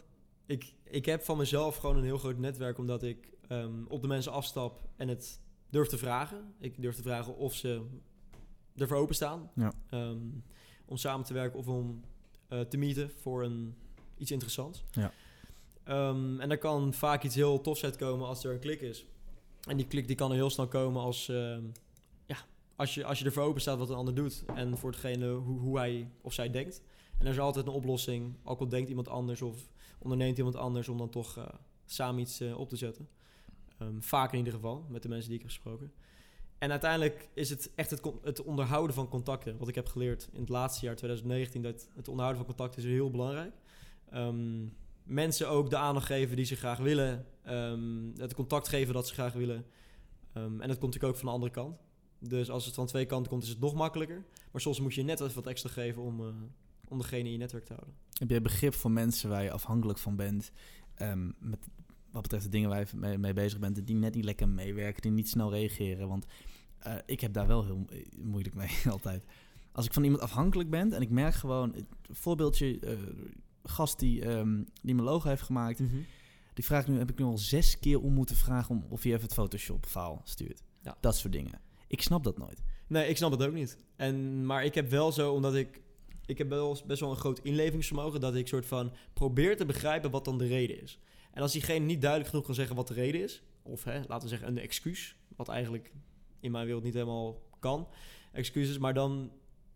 ik, ik heb van mezelf gewoon een heel groot netwerk, omdat ik um, op de mensen afstap en het durf te vragen. Ik durf te vragen of ze ervoor openstaan. Ja. Um, om samen te werken of om uh, te meeten voor een, iets interessants. Ja. Um, en daar kan vaak iets heel tofs uitkomen als er een klik is. En die klik die kan er heel snel komen als, uh, ja, als, je, als je ervoor open staat wat een ander doet. En voor hetgene hoe, hoe hij of zij denkt. En er is altijd een oplossing, ook al denkt iemand anders of onderneemt iemand anders, om dan toch uh, samen iets uh, op te zetten. Um, vaak in ieder geval, met de mensen die ik heb gesproken. En uiteindelijk is het echt het, het onderhouden van contacten. Wat ik heb geleerd in het laatste jaar, twintig negentien, dat het onderhouden van contacten is heel belangrijk. Um, mensen ook de aandacht geven die ze graag willen. Um, het contact geven dat ze graag willen. Um, en dat komt natuurlijk ook van de andere kant. Dus als het van twee kanten komt, is het nog makkelijker. Maar soms moet je net even wat extra geven om, uh, om degene in je netwerk te houden. Heb jij begrip voor mensen waar je afhankelijk van bent, um, met wat betreft de dingen waar je mee, mee bezig bent, die net niet lekker meewerken, die niet snel reageren? Want uh, ik heb daar wel heel moeilijk mee altijd. Als ik van iemand afhankelijk ben en ik merk gewoon, een voorbeeldje, uh, gast die, um, die mijn logo heeft gemaakt, mm-hmm. die vraagt nu, heb ik nu al zes keer om moeten vragen om of hij even het Photoshop-file stuurt. Ja. Dat soort dingen. Ik snap dat nooit. Nee, ik snap het ook niet. En, maar ik heb wel zo, omdat ik, ik heb wel, best wel een groot inlevingsvermogen, dat ik soort van probeer te begrijpen wat dan de reden is. En als diegene niet duidelijk genoeg kan zeggen wat de reden is, of hè, laten we zeggen een excuus, wat eigenlijk in mijn wereld niet helemaal kan, excuses, maar dan,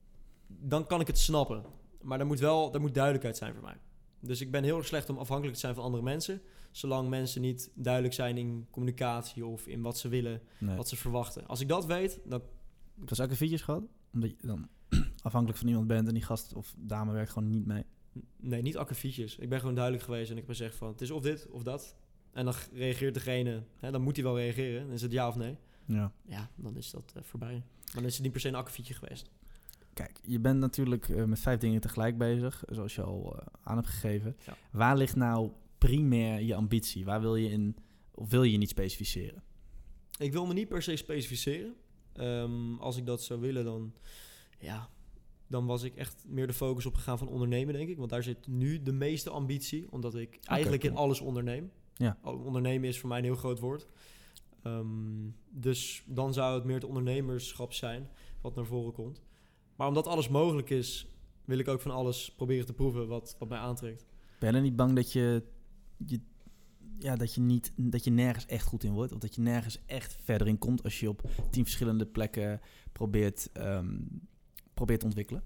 dan kan ik het snappen. Maar er moet wel er moet duidelijkheid zijn voor mij. Dus ik ben heel erg slecht om afhankelijk te zijn van andere mensen, zolang mensen niet duidelijk zijn in communicatie of in wat ze willen, nee. wat ze verwachten. Als ik dat weet, dan... Heb je akkefietjes gehad? Omdat je dan afhankelijk van iemand bent en die gast of dame werkt gewoon niet mee? Nee, niet akkefietjes. Ik ben gewoon duidelijk geweest en ik heb gezegd van, het is of dit of dat. En dan reageert degene, hè, dan moet hij wel reageren. Dan is het ja of nee. Ja, ja dan is dat uh, voorbij. Dan is het niet per se een akkefietje geweest. Kijk, je bent natuurlijk uh, met vijf dingen tegelijk bezig, zoals je al uh, aan hebt gegeven. Ja. Waar ligt nou primair je ambitie? Waar wil je in, of wil je je niet specificeren? Ik wil me niet per se specificeren. Um, als ik dat zou willen, dan, ja, dan was ik echt meer de focus op gegaan van ondernemen, denk ik. Want daar zit nu de meeste ambitie, omdat ik okay, eigenlijk cool. in alles onderneem. Ja. Ondernemen is voor mij een heel groot woord. Um, dus dan zou het meer het ondernemerschap zijn wat naar voren komt. Maar omdat alles mogelijk is, wil ik ook van alles proberen te proeven wat, wat mij aantrekt. Ben je er niet bang dat je, je, ja, dat, je niet, dat je nergens echt goed in wordt? Of dat je nergens echt verder in komt als je op tien verschillende plekken probeert, um, probeert te ontwikkelen?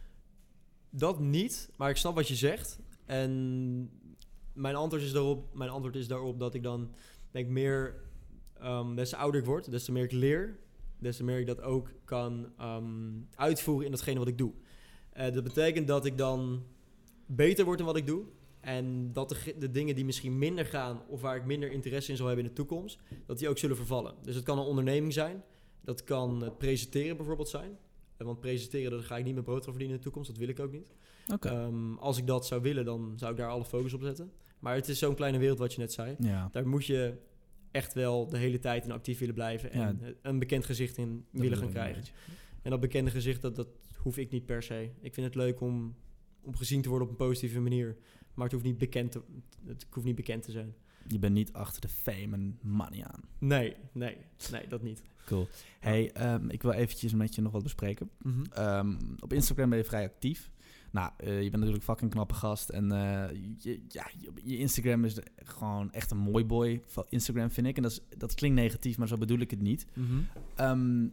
Dat niet, maar ik snap wat je zegt. En mijn antwoord is daarop, mijn antwoord is daarop dat ik dan denk meer... Um, des te ouder ik word, des te meer ik leer... des te meer ik dat ook kan um, uitvoeren in datgene wat ik doe. Uh, dat betekent dat ik dan beter word in wat ik doe. En dat de, de dingen die misschien minder gaan of waar ik minder interesse in zal hebben in de toekomst, dat die ook zullen vervallen. Dus het kan een onderneming zijn. Dat kan het presenteren bijvoorbeeld zijn. Uh, want presenteren, daar ga ik niet mijn brood van verdienen in de toekomst. Dat wil ik ook niet. Okay. Um, als ik dat zou willen, dan zou ik daar alle focus op zetten. Maar het is zo'n kleine wereld wat je net zei. Ja. Daar moet je echt wel de hele tijd in actief willen blijven en ja, een bekend gezicht in willen gaan krijgen. En dat bekende gezicht, dat, dat hoef ik niet per se. Ik vind het leuk om, om gezien te worden op een positieve manier, maar het hoeft niet bekend te, het hoeft niet bekend te zijn. Je bent niet achter de fame en money aan. Nee, nee, nee, dat niet. Cool. Hey, um, ik wil eventjes met je nog wat bespreken. Mm-hmm. Um, op Instagram ben je vrij actief. Nou, uh, je bent natuurlijk fucking knappe gast. En uh, je, ja, je Instagram is gewoon echt een mooi boy van Instagram, vind ik. En dat, is, dat klinkt negatief, maar zo bedoel ik het niet. Mm-hmm. Um,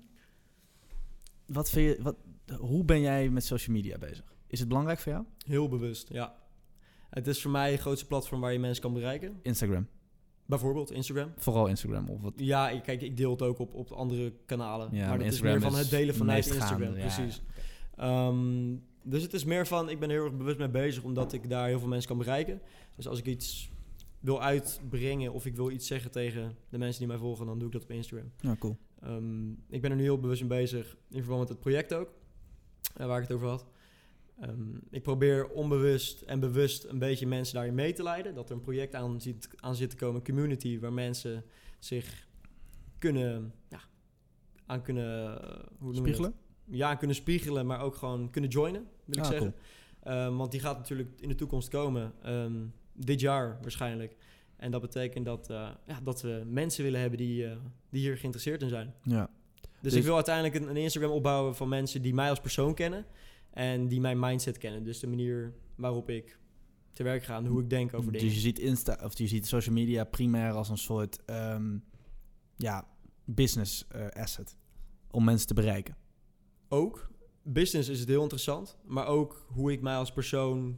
wat vind je, wat, hoe ben jij met social media bezig? Is het belangrijk voor jou? Heel bewust, ja. Het is voor mij het grootste platform waar je mensen kan bereiken. Instagram? Bijvoorbeeld Instagram. Vooral Instagram? Of wat? Ja, ik, kijk, ik deel het ook op, op andere kanalen. Ja, maar dat Instagram is meer van het delen vanuit Instagram. Gaande, precies. Ja. Um, dus het is meer van, ik ben er heel erg bewust mee bezig, omdat ik daar heel veel mensen kan bereiken. Dus als ik iets wil uitbrengen of ik wil iets zeggen tegen de mensen die mij volgen, dan doe ik dat op Instagram. Ja, cool. Um, ik ben er nu heel bewust mee bezig, in verband met het project ook, uh, waar ik het over had. Um, ik probeer onbewust en bewust een beetje mensen daarin mee te leiden. Dat er een project aan zit, aan zit te komen, een community, waar mensen zich kunnen, ja, aan kunnen... Uh, hoe Spiegelen? Ja, kunnen spiegelen, maar ook gewoon kunnen joinen, wil ik ah, zeggen. Cool. Um, want die gaat natuurlijk in de toekomst komen. Um, dit jaar waarschijnlijk. En dat betekent dat, uh, ja, dat we mensen willen hebben die, uh, die hier geïnteresseerd in zijn. Ja. Dus, Dus- ik wil uiteindelijk een, een Instagram opbouwen van mensen die mij als persoon kennen. En die mijn mindset kennen. Dus de manier waarop ik te werk ga en hoe ik denk over dingen. Dus je ziet Insta of je ziet social media primair als een soort um, ja, business uh, asset om mensen te bereiken. Ook, business is het heel interessant. Maar ook hoe ik mij als persoon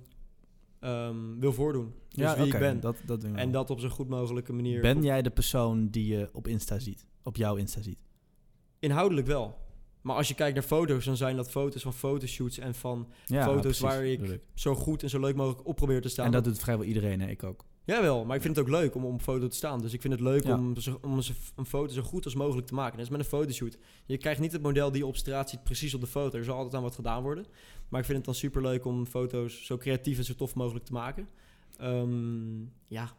um, wil voordoen. Dus ja, wie okay, ik ben. Dat, dat doen we En wel. dat op zo'n goed mogelijke manier. Ben jij de persoon die je op Insta ziet? Op jouw Insta ziet? Inhoudelijk wel. Maar als je kijkt naar foto's, dan zijn dat foto's van fotoshoots en van Ja, foto's precies, waar ik, bedoel ik. zo goed en zo leuk mogelijk op probeer te staan. En dat doet vrijwel iedereen, hè? Ik ook. Jawel, maar ik vind het ook leuk om op foto te staan. Dus ik vind het leuk Ja. om, zo- om zo- een foto zo goed als mogelijk te maken. Dat is met een fotoshoot. Je krijgt niet het model die je op straat ziet precies op de foto. Er zal altijd aan wat gedaan worden. Maar ik vind het dan super leuk om foto's zo creatief en zo tof mogelijk te maken. Ehm, ja.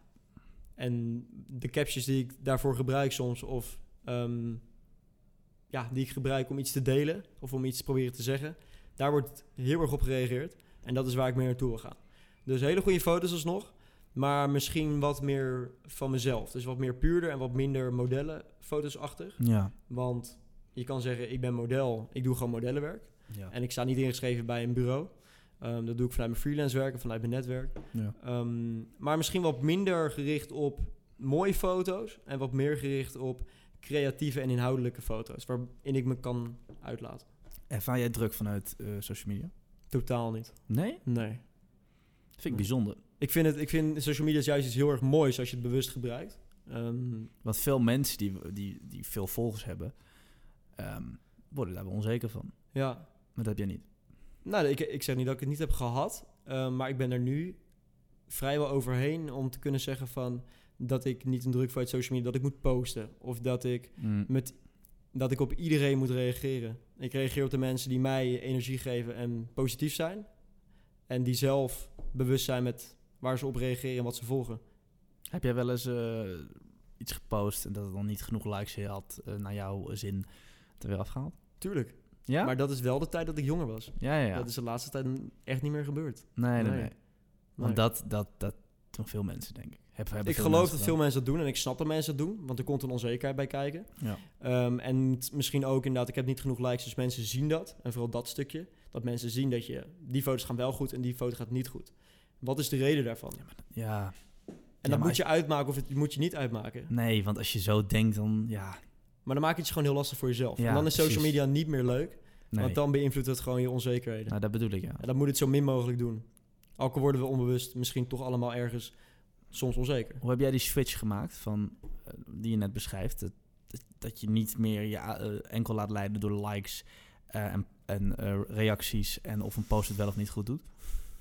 En de captions die ik daarvoor gebruik soms, of ehm, ja, die ik gebruik om iets te delen of om iets te proberen te zeggen, daar wordt heel erg op gereageerd. En dat is waar ik mee naartoe wil gaan. Dus hele goede foto's alsnog. Maar misschien wat meer van mezelf. Dus wat meer puurder en wat minder modellenfotosachtig. Ja. Want je kan zeggen, ik ben model, ik doe gewoon modellenwerk. Ja. En ik sta niet ingeschreven bij een bureau. Um, dat doe ik vanuit mijn freelance werk en vanuit mijn netwerk. Ja. Um, maar misschien wat minder gericht op mooie foto's. En wat meer gericht op creatieve en inhoudelijke foto's. Waarin ik me kan uitlaten. Ervaar jij druk vanuit uh, social media? Totaal niet. Nee? Nee. Vind ik bijzonder. Ik vind, het, ik vind social media is juist iets heel erg moois als je het bewust gebruikt. Um, Want veel mensen die, die, die veel volgers hebben, um, worden daar wel onzeker van. ja. Maar dat heb jij niet. Nou, ik, ik zeg niet dat ik het niet heb gehad. Uh, maar ik ben er nu vrijwel overheen om te kunnen zeggen van dat ik niet een druk vanuit social media, dat ik moet posten. Of dat ik, Mm. met, dat ik op iedereen moet reageren. Ik reageer op de mensen die mij energie geven en positief zijn. En die zelf bewust zijn met waar ze op reageren en wat ze volgen. Heb jij wel eens uh, iets gepost en dat het dan niet genoeg likes had uh, naar jouw zin te weer afgehaald? Tuurlijk. Ja? Maar dat is wel de tijd dat ik jonger was. Ja, ja, ja. Dat is de laatste tijd echt niet meer gebeurd. Nee, nee, Nee. nee. Want dat, dat, dat doen veel mensen, denk ik. Heb, hebben Ik veel geloof mensen dat veel gedaan. mensen dat doen en ik snap dat mensen dat doen, want er komt een onzekerheid bij kijken. Ja. Um, en t- misschien ook inderdaad, ik heb niet genoeg likes, dus mensen zien dat. En vooral dat stukje, dat mensen zien dat je, die foto's gaan wel goed en die foto gaat niet goed. Wat is de reden daarvan? Ja, maar, ja. En Ja, dan maar moet als- je uitmaken of het moet je niet uitmaken. Nee, want als je zo denkt, dan ja. Maar dan maak je het je gewoon heel lastig voor jezelf. Ja, en dan is social precies. media niet meer leuk, Nee. want dan beïnvloedt het gewoon je onzekerheden. Nou, dat bedoel ik, ja. En dan moet het zo min mogelijk doen. Ook al worden we onbewust misschien toch allemaal ergens soms onzeker. Hoe heb jij die switch gemaakt van, uh, die je net beschrijft? Dat, dat, dat je niet meer je uh, enkel laat leiden door likes uh, en, en uh, reacties en of een post het wel of niet goed doet?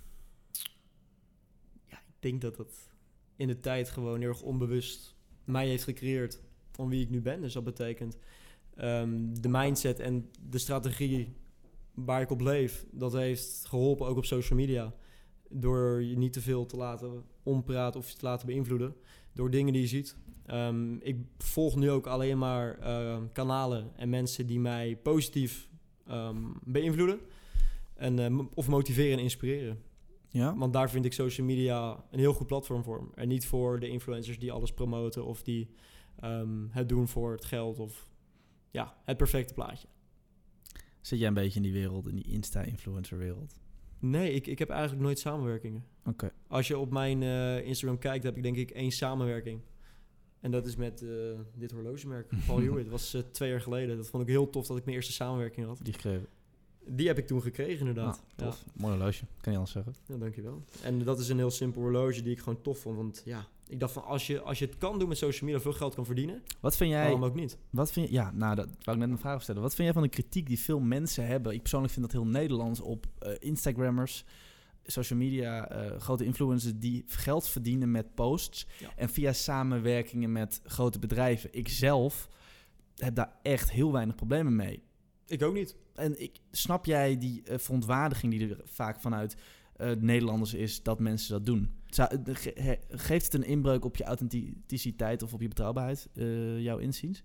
Ja, ik denk dat dat in de tijd gewoon heel erg onbewust mij heeft gecreëerd om wie ik nu ben. Dus dat betekent um, de mindset en de strategie waar ik op leef, dat heeft geholpen ook op social media. Door je niet te veel te laten ompraten of te laten beïnvloeden door dingen die je ziet. Um, ik volg nu ook alleen maar uh, kanalen en mensen die mij positief um, beïnvloeden en, uh, of motiveren en inspireren. Ja? Want daar vind ik social media een heel goed platform voor. En niet voor de influencers die alles promoten of die um, het doen voor het geld of ja, het perfecte plaatje. Zit jij een beetje in die wereld, in die Insta-influencer wereld? Nee, ik, ik heb eigenlijk nooit samenwerkingen. Oké. Okay. Als je op mijn uh, Instagram kijkt, heb ik denk ik één samenwerking. En dat is met uh, dit horlogemerk, Paul Hewitt. Dat was uh, twee jaar geleden. Dat vond ik heel tof dat ik mijn eerste samenwerking had. Die gekregen? Die heb ik toen gekregen inderdaad. Ah, tof. Ja. Mooi horloge, kan je anders zeggen. Ja, dankjewel. En dat is een heel simpel horloge die ik gewoon tof vond. Want ja, ik dacht van als je, als je het kan doen met social media, veel geld kan verdienen, wat vind jij? waarom ook niet? Wat vind je? Ja, nou, dat wou ik net een vraag stellen. Wat vind jij van de kritiek die veel mensen hebben? Ik persoonlijk vind dat heel Nederlands op uh, Instagrammers, social media, uh, grote influencers die geld verdienen met posts Ja. en via samenwerkingen met grote bedrijven. Ik zelf heb daar echt heel weinig problemen mee. Ik ook niet. En ik, snap jij die uh, verontwaardiging die er vaak vanuit uh, Nederlanders is dat mensen dat doen? Zou, ge, he, geeft het een inbreuk op je authenticiteit of op je betrouwbaarheid, uh, jouw inziens?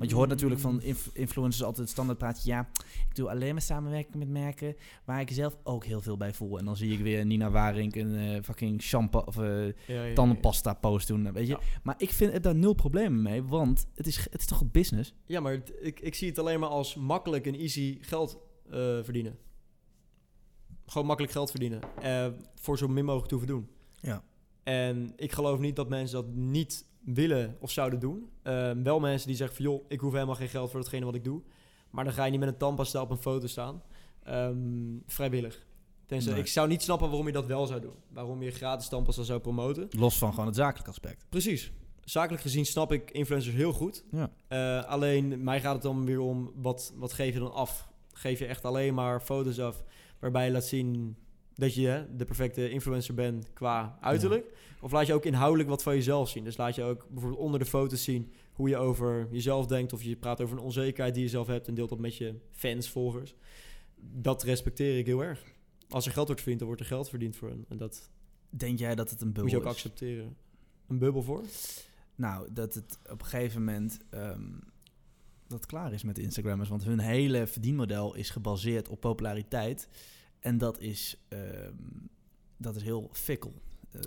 Want je hoort natuurlijk van inf- influencers altijd het standaard praatje. Ja, ik doe alleen maar samenwerking met merken waar ik zelf ook heel veel bij voel. En dan zie ik weer Nina Waring een uh, fucking shampoo of uh, ja, ja, ja, tandenpasta post doen, weet je. Ja. Maar ik vind er daar nul problemen mee, want het is, het is toch een business? Ja, maar het, ik, ik zie het alleen maar als makkelijk en easy geld uh, verdienen. Gewoon makkelijk geld verdienen. Uh, voor zo min mogelijk te hoeven doen. Ja. En ik geloof niet dat mensen dat niet willen of zouden doen. Uh, wel mensen die zeggen van, joh, ik hoef helemaal geen geld voor datgene wat ik doe. Maar dan ga je niet met een tandpasta op een foto staan. Um, vrijwillig. Tenzij, nee. Ik zou niet snappen waarom je dat wel zou doen. Waarom je gratis tandpasta zou promoten. Los van gewoon het zakelijk aspect. Precies. Zakelijk gezien snap ik influencers heel goed. Ja. Uh, alleen, mij gaat het dan weer om, wat, wat geef je dan af? Geef je echt alleen maar foto's af waarbij je laat zien dat je hè, de perfecte influencer bent qua uiterlijk? Ja. Of laat je ook inhoudelijk wat van jezelf zien? Dus laat je ook bijvoorbeeld onder de foto's zien hoe je over jezelf denkt, of je praat over een onzekerheid die je zelf hebt en deelt dat met je fans, volgers. Dat respecteer ik heel erg. Als er geld wordt verdiend, dan wordt er geld verdiend voor hen. En dat denk jij dat het een bubbel moet je ook is? accepteren. Een bubbel voor? Nou, dat het op een gegeven moment um, dat het klaar is met de Instagrammers. Want hun hele verdienmodel is gebaseerd op populariteit. En dat is, um, dat is heel fikkel. Uh,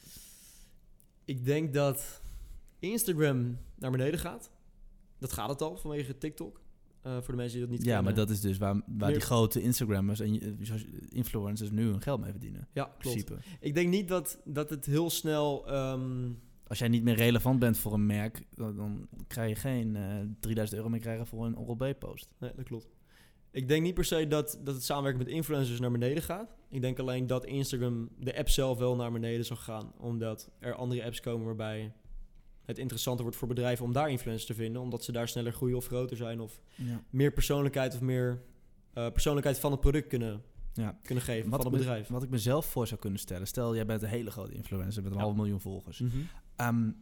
ik denk dat Instagram naar beneden gaat. Dat gaat het al vanwege TikTok. Uh, voor de mensen die dat niet ja, kennen. Maar dat is dus waar, waar die grote Instagrammers en uh, influencers nu hun geld mee verdienen. Ja, klopt. Principe. Ik denk niet dat, dat het heel snel... Um... Als jij niet meer relevant bent voor een merk, dan, dan krijg je geen uh, drieduizend euro meer krijgen voor een Oral B-post. Nee, dat klopt. Ik denk niet per se dat, dat het samenwerken met influencers naar beneden gaat. Ik denk alleen dat Instagram, de app zelf, wel naar beneden zal gaan. Omdat er andere apps komen waarbij het interessanter wordt voor bedrijven om daar influencers te vinden. Omdat ze daar sneller groeien of groter zijn. Of ja. meer persoonlijkheid of meer uh, persoonlijkheid van het product kunnen, ja. kunnen geven wat van het bedrijf. Me, wat ik mezelf voor zou kunnen stellen. Stel, jij bent een hele grote influencer met een ja. half miljoen volgers. Mm-hmm. Um,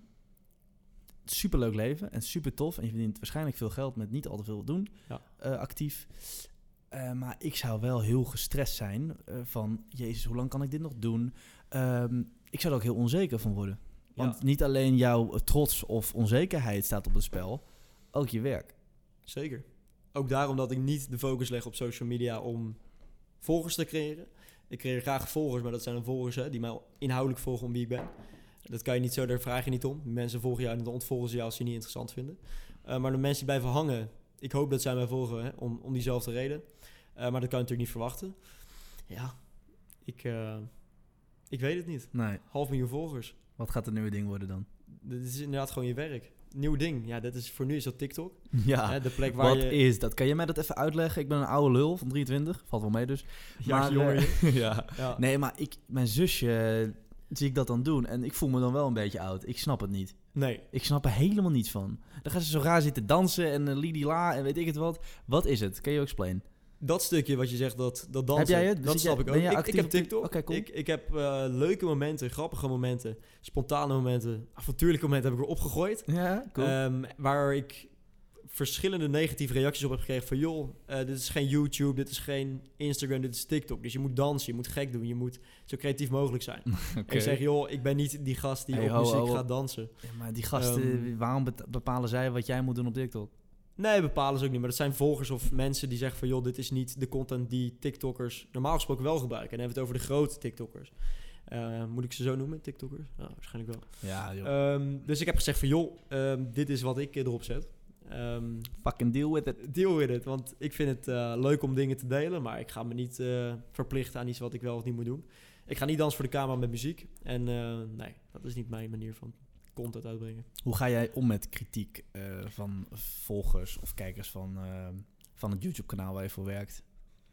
superleuk leven en super tof. En je verdient waarschijnlijk veel geld met niet al te veel doen. Ja. Uh, actief. Uh, maar ik zou wel heel gestrest zijn uh, van... Jezus, hoe lang kan ik dit nog doen? Um, ik zou er ook heel onzeker van worden. Want ja. niet alleen jouw trots of onzekerheid staat op het spel. Ook je werk. Zeker. Ook daarom dat ik niet de focus leg op social media om volgers te creëren. Ik creëer graag volgers, maar dat zijn dan volgers hè, die mij inhoudelijk volgen om wie ik ben. Dat kan je niet zo, daar vraag je niet om. Mensen volgen jou en dan ontvolgen ze jou als ze je niet interessant vinden. Uh, maar de mensen die blijven hangen... Ik hoop dat zij mij volgen hè, om, om diezelfde reden. Uh, maar dat kan je natuurlijk niet verwachten. Ja, ik, uh, ik weet het niet. Nee. Half miljoen volgers. Wat gaat het nieuwe ding worden dan? Dit is inderdaad gewoon je werk. Nieuw ding. Ja, dat is, voor nu is dat TikTok. Ja, hè, de plek waar wat je... is dat? Kan je mij dat even uitleggen? Ik ben een oude lul van drieëntwintig. Valt wel mee dus. Ja, maar, jongen. Uh, ja. ja. Nee, maar ik, mijn zusje... Uh, zie ik dat dan doen. En ik voel me dan wel een beetje oud. Ik snap het niet. Nee. Ik snap er helemaal niets van. Dan gaan ze zo raar zitten dansen en uh, Lidi La en weet ik het wat. Wat is het? Can you explain? Dat stukje wat je zegt, dat, dat dansen, heb jij het? dat Zit snap jij, ik ook. Ik, ik heb TikTok. Okay, cool. ik, ik heb uh, leuke momenten, grappige momenten, spontane momenten, avontuurlijke momenten heb ik weer opgegooid. Ja, cool. Um, waar ik verschillende negatieve reacties op heb gekregen van... joh, uh, dit is geen YouTube, dit is geen Instagram, dit is TikTok. Dus je moet dansen, je moet gek doen, je moet zo creatief mogelijk zijn. Okay. En ik zeg, joh, ik ben niet die gast die hey, op ho, muziek ho, gaat dansen. Ja, maar die gasten, um, waarom bepalen zij wat jij moet doen op TikTok? Nee, bepalen ze ook niet. Maar dat zijn volgers of mensen die zeggen van... joh, dit is niet de content die TikTokkers normaal gesproken wel gebruiken. En dan hebben we het over de grote TikTokkers. Uh, moet ik ze zo noemen, TikTokkers? Ja, waarschijnlijk wel. Ja, joh. Um, dus ik heb gezegd van... joh, um, dit is wat ik erop zet. Um, Fucking deal with it. Deal with it, want ik vind het uh, leuk om dingen te delen, maar ik ga me niet uh, verplichten aan iets wat ik wel of niet moet doen. Ik ga niet dansen voor de camera met muziek en uh, nee, dat is niet mijn manier van content uitbrengen. Hoe ga jij om met kritiek uh, van volgers of kijkers van, uh, van het YouTube-kanaal waar je voor werkt?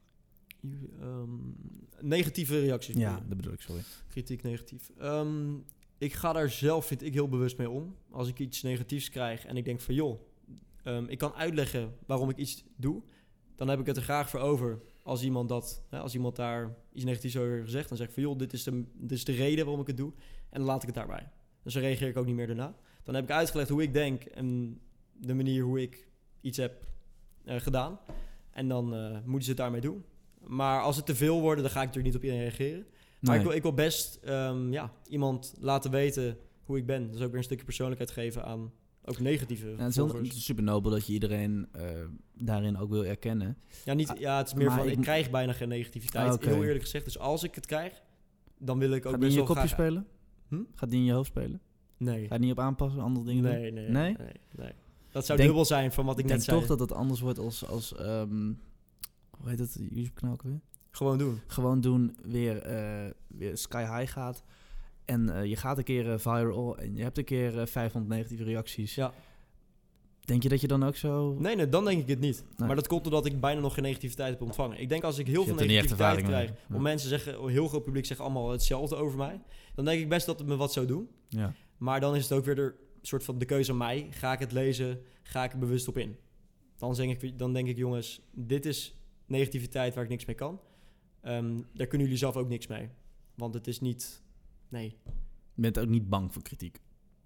Um, negatieve reacties. Ja, dat bedoel ik, sorry. Kritiek negatief. Um, ik ga daar zelf, vind ik, heel bewust mee om. Als ik iets negatiefs krijg en ik denk van joh, Um, ik kan uitleggen waarom ik iets doe. Dan heb ik het er graag voor over. Als iemand, dat, hè, als iemand daar iets negatiefs over gezegd... dan zeg ik van joh, dit is, de, dit is de reden waarom ik het doe. En dan laat ik het daarbij. Dus dan reageer ik ook niet meer daarna. Dan heb ik uitgelegd hoe ik denk... en de manier hoe ik iets heb uh, gedaan. En dan uh, moeten ze het daarmee doen. Maar als het te veel wordt, dan ga ik natuurlijk niet op iedereen reageren. Maar nee. ik, wil, ik wil best um, ja, iemand laten weten hoe ik ben. Dus ook weer een stukje persoonlijkheid geven aan... Ook negatieve Ja, het is heel, volgers. het is super nobel dat je iedereen uh, daarin ook wil erkennen. Ja, niet, ja, het is meer Maar van, ik, ik- krijg bijna geen negativiteit. Ah, oké. Heel eerlijk gezegd. Dus als ik het krijg, dan wil ik ook Gaat die best in je wel kopje graag... spelen? Hm? Gaat die in je hoofd spelen? Nee. Ga je niet op aanpassen, andere dingen doen? Nee, nee, Nee? nee, nee. Dat zou Denk- dubbel zijn van wat ik Ik net denk zei. toch dat het anders wordt als... als um, hoe heet dat YouTube-kanaal ook weer? Gewoon doen. Gewoon doen, weer, uh, weer sky high gaat. En uh, je gaat een keer uh, viral en je hebt een keer uh, vijfhonderd negatieve reacties. Ja. Denk je dat je dan ook zo... Nee, nee, dan denk ik het niet. Nee. Maar dat komt doordat ik bijna nog geen negativiteit heb ontvangen. Ik denk als ik heel Dus veel je hebt er niet echt negativiteit ervaring krijg... mee. of Ja. mensen zeggen, een heel groot publiek zegt allemaal hetzelfde over mij... dan denk ik best dat het me wat zou doen. Ja. Maar dan is het ook weer de soort van de keuze aan mij. Ga ik het lezen? Ga ik er bewust op in? Dan denk ik, dan denk ik jongens, dit is negativiteit waar ik niks mee kan. Um, daar kunnen jullie zelf ook niks mee. Want het is niet... Nee. Je bent ook niet bang voor kritiek.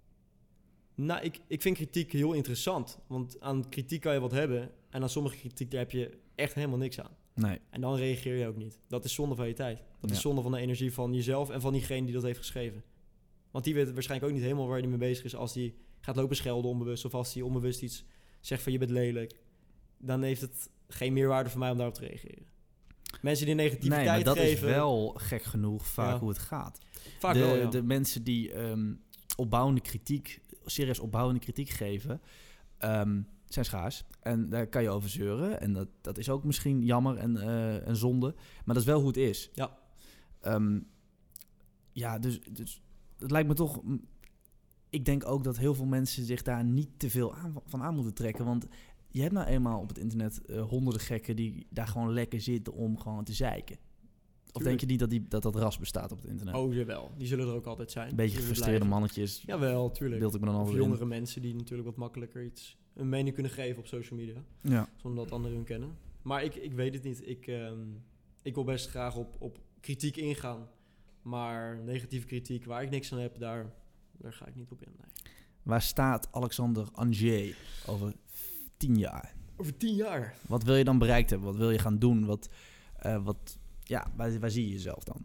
Nou, ik, ik vind kritiek heel interessant. Want aan kritiek kan je wat hebben. En aan sommige kritiek daar heb je echt helemaal niks aan. Nee. En dan reageer je ook niet. Dat is zonde van je tijd. Dat Ja. is zonde van de energie van jezelf en van diegene die dat heeft geschreven. Want die weet waarschijnlijk ook niet helemaal waar hij mee bezig is... als hij gaat lopen schelden onbewust... of als hij onbewust iets zegt van je bent lelijk. Dan heeft het geen meerwaarde voor mij om daarop te reageren. Mensen die negativiteit Nee, maar dat geven... is wel gek genoeg vaak Ja. hoe het gaat. Vaak de, wel, ja. de mensen die um, opbouwende kritiek, serieus opbouwende kritiek geven, um, zijn schaars. En daar kan je over zeuren. En dat, dat is ook misschien jammer en, uh, en zonde. Maar dat is wel hoe het is. Ja. Um, ja, dus, dus het lijkt me toch... Ik denk ook dat heel veel mensen zich daar niet te veel aan, van aan moeten trekken. Want je hebt nou eenmaal op het internet uh, honderden gekken die daar gewoon lekker zitten om gewoon te zeiken. Of Tuurlijk. denk je niet dat, die, dat dat ras bestaat op het internet? Oh, jawel. Die zullen er ook altijd zijn. Een beetje Die zullen gefrustreerde blijven. mannetjes. Jawel, tuurlijk. Beeld ik me dan Of altijd jongere mensen die natuurlijk wat makkelijker iets... een mening kunnen geven op social media. in. Ja. Zonder dat anderen hun kennen. Maar ik, ik weet het niet. Ik, um, ik wil best graag op, op kritiek ingaan. Maar negatieve kritiek waar ik niks aan heb, daar, daar ga ik niet op in. Nee. Waar staat Alexander Angier over tien jaar? Over tien jaar? Wat wil je dan bereikt hebben? Wat wil je gaan doen? Wat, uh, wat, ja, waar, waar zie je jezelf dan?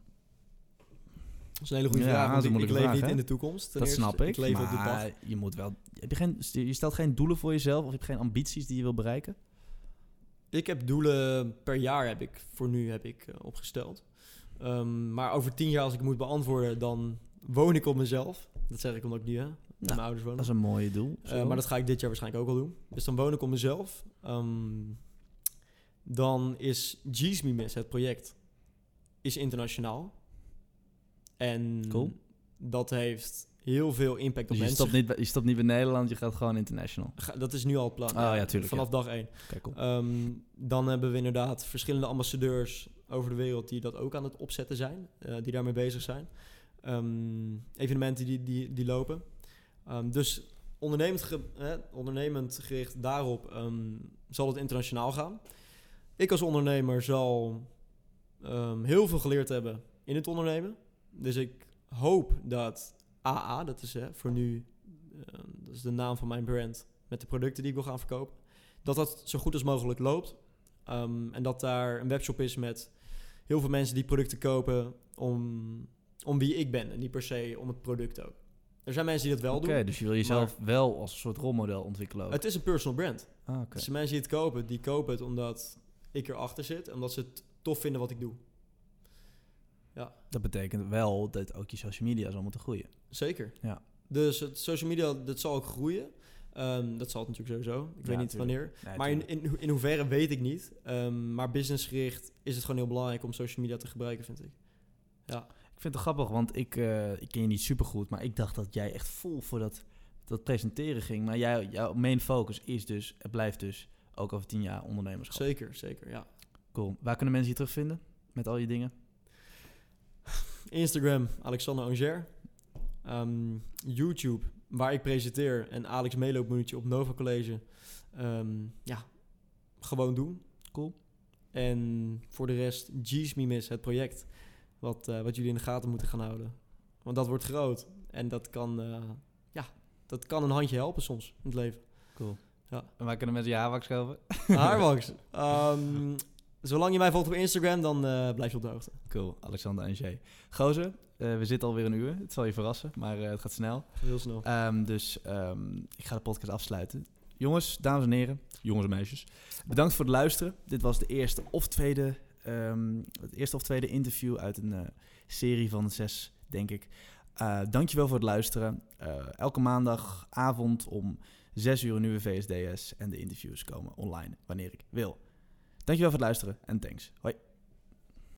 Dat is een hele goede Ja, vraag. dat is Want een ik, ik moeilijke leef vraag, niet hè? in de toekomst. ten Dat eerste. snap ik. Ik leef maar op de dag. je moet wel. Heb je, geen, je stelt geen doelen voor jezelf of je hebt geen ambities die je wil bereiken? Ik heb doelen per jaar heb ik voor nu heb ik uh, opgesteld. Um, maar over tien jaar als ik moet beantwoorden, dan woon ik op mezelf. Dat zeg ik omdat ik nu, hè, met Nou, mijn ouders wonen. Dat is een mooie doel. Uh, maar dat ga ik dit jaar waarschijnlijk ook al doen. Dus dan woon ik op mezelf. Um, dan is Jeez Me Miss, het project, is internationaal. En Cool. dat heeft heel veel impact Dus op je mensen. stopt, niet bij, je stopt niet bij Nederland, je gaat gewoon international. Ga- Dat is nu al het plan. Oh, ja, tuurlijk, Vanaf ja. dag één. Kijk, cool. Um, dan hebben we inderdaad verschillende ambassadeurs over de wereld die dat ook aan het opzetten zijn. Uh, die daarmee bezig zijn. Um, evenementen die, die, die lopen. Um, dus ondernemend, ge, eh, ondernemend gericht daarop um, zal het internationaal gaan. Ik als ondernemer zal um, heel veel geleerd hebben in het ondernemen. Dus ik hoop dat A A, dat is hè, voor nu uh, dat is de naam van mijn brand, met de producten die ik wil gaan verkopen, dat dat zo goed als mogelijk loopt. Um, en dat daar een webshop is met heel veel mensen die producten kopen om, om wie ik ben en niet per se om het product ook. Er zijn mensen die dat wel Oké, doen. okay, dus je wil jezelf wel als een soort rolmodel ontwikkelen ook. Het is een personal brand. Ah, okay. Dus de mensen die het kopen, die kopen het omdat ik erachter zit en omdat ze het tof vinden wat ik doe. Ja. Dat betekent wel dat ook je social media zal moeten groeien. Zeker. Ja. Dus het social media, dat zal ook groeien. Um, dat zal het natuurlijk sowieso. Ik Ja, weet niet tuurlijk. wanneer. Nee, maar in, in, in hoeverre weet ik niet. Um, maar businessgericht is het gewoon heel belangrijk om social media te gebruiken, vind ik. Ja. Ik vind het grappig, want ik, uh, ik ken je niet super goed, maar ik dacht dat jij echt vol voor dat, dat presenteren ging. Maar jij, jouw main focus is dus, het blijft dus ook over tien jaar ondernemerschap. Zeker, zeker, ja. Cool. Waar kunnen mensen je terugvinden met al je dingen? Instagram, Alexander Anger. Um, YouTube, waar ik presenteer en Alex meeloopminuutje op Nova College. Um, ja, gewoon doen. Cool. En voor de rest, Jeez Me Miss, het project, wat, uh, wat jullie in de gaten moeten gaan houden. Want dat wordt groot en dat kan, uh, ja, dat kan een handje helpen soms in het leven. Cool. Ja. En waar kunnen mensen je haarwax kopen? Haarwax. Um, Zolang je mij volgt op Instagram, dan uh, blijf je op de hoogte. Cool, Alexander en Jay. Gozer, uh, we zitten alweer een uur. Het zal je verrassen, maar uh, het gaat snel. Heel snel. Um, dus um, ik ga de podcast afsluiten. Jongens, dames en heren, jongens en meisjes. Bedankt voor het luisteren. Dit was de eerste of tweede, um, het eerste of tweede interview uit een uh, serie van zes, denk ik. Uh, dankjewel voor het luisteren. Uh, elke maandagavond om zes uur een nieuwe V S D S. En de interviews komen online wanneer ik wil. Dankjewel voor het luisteren en thanks. Hoi.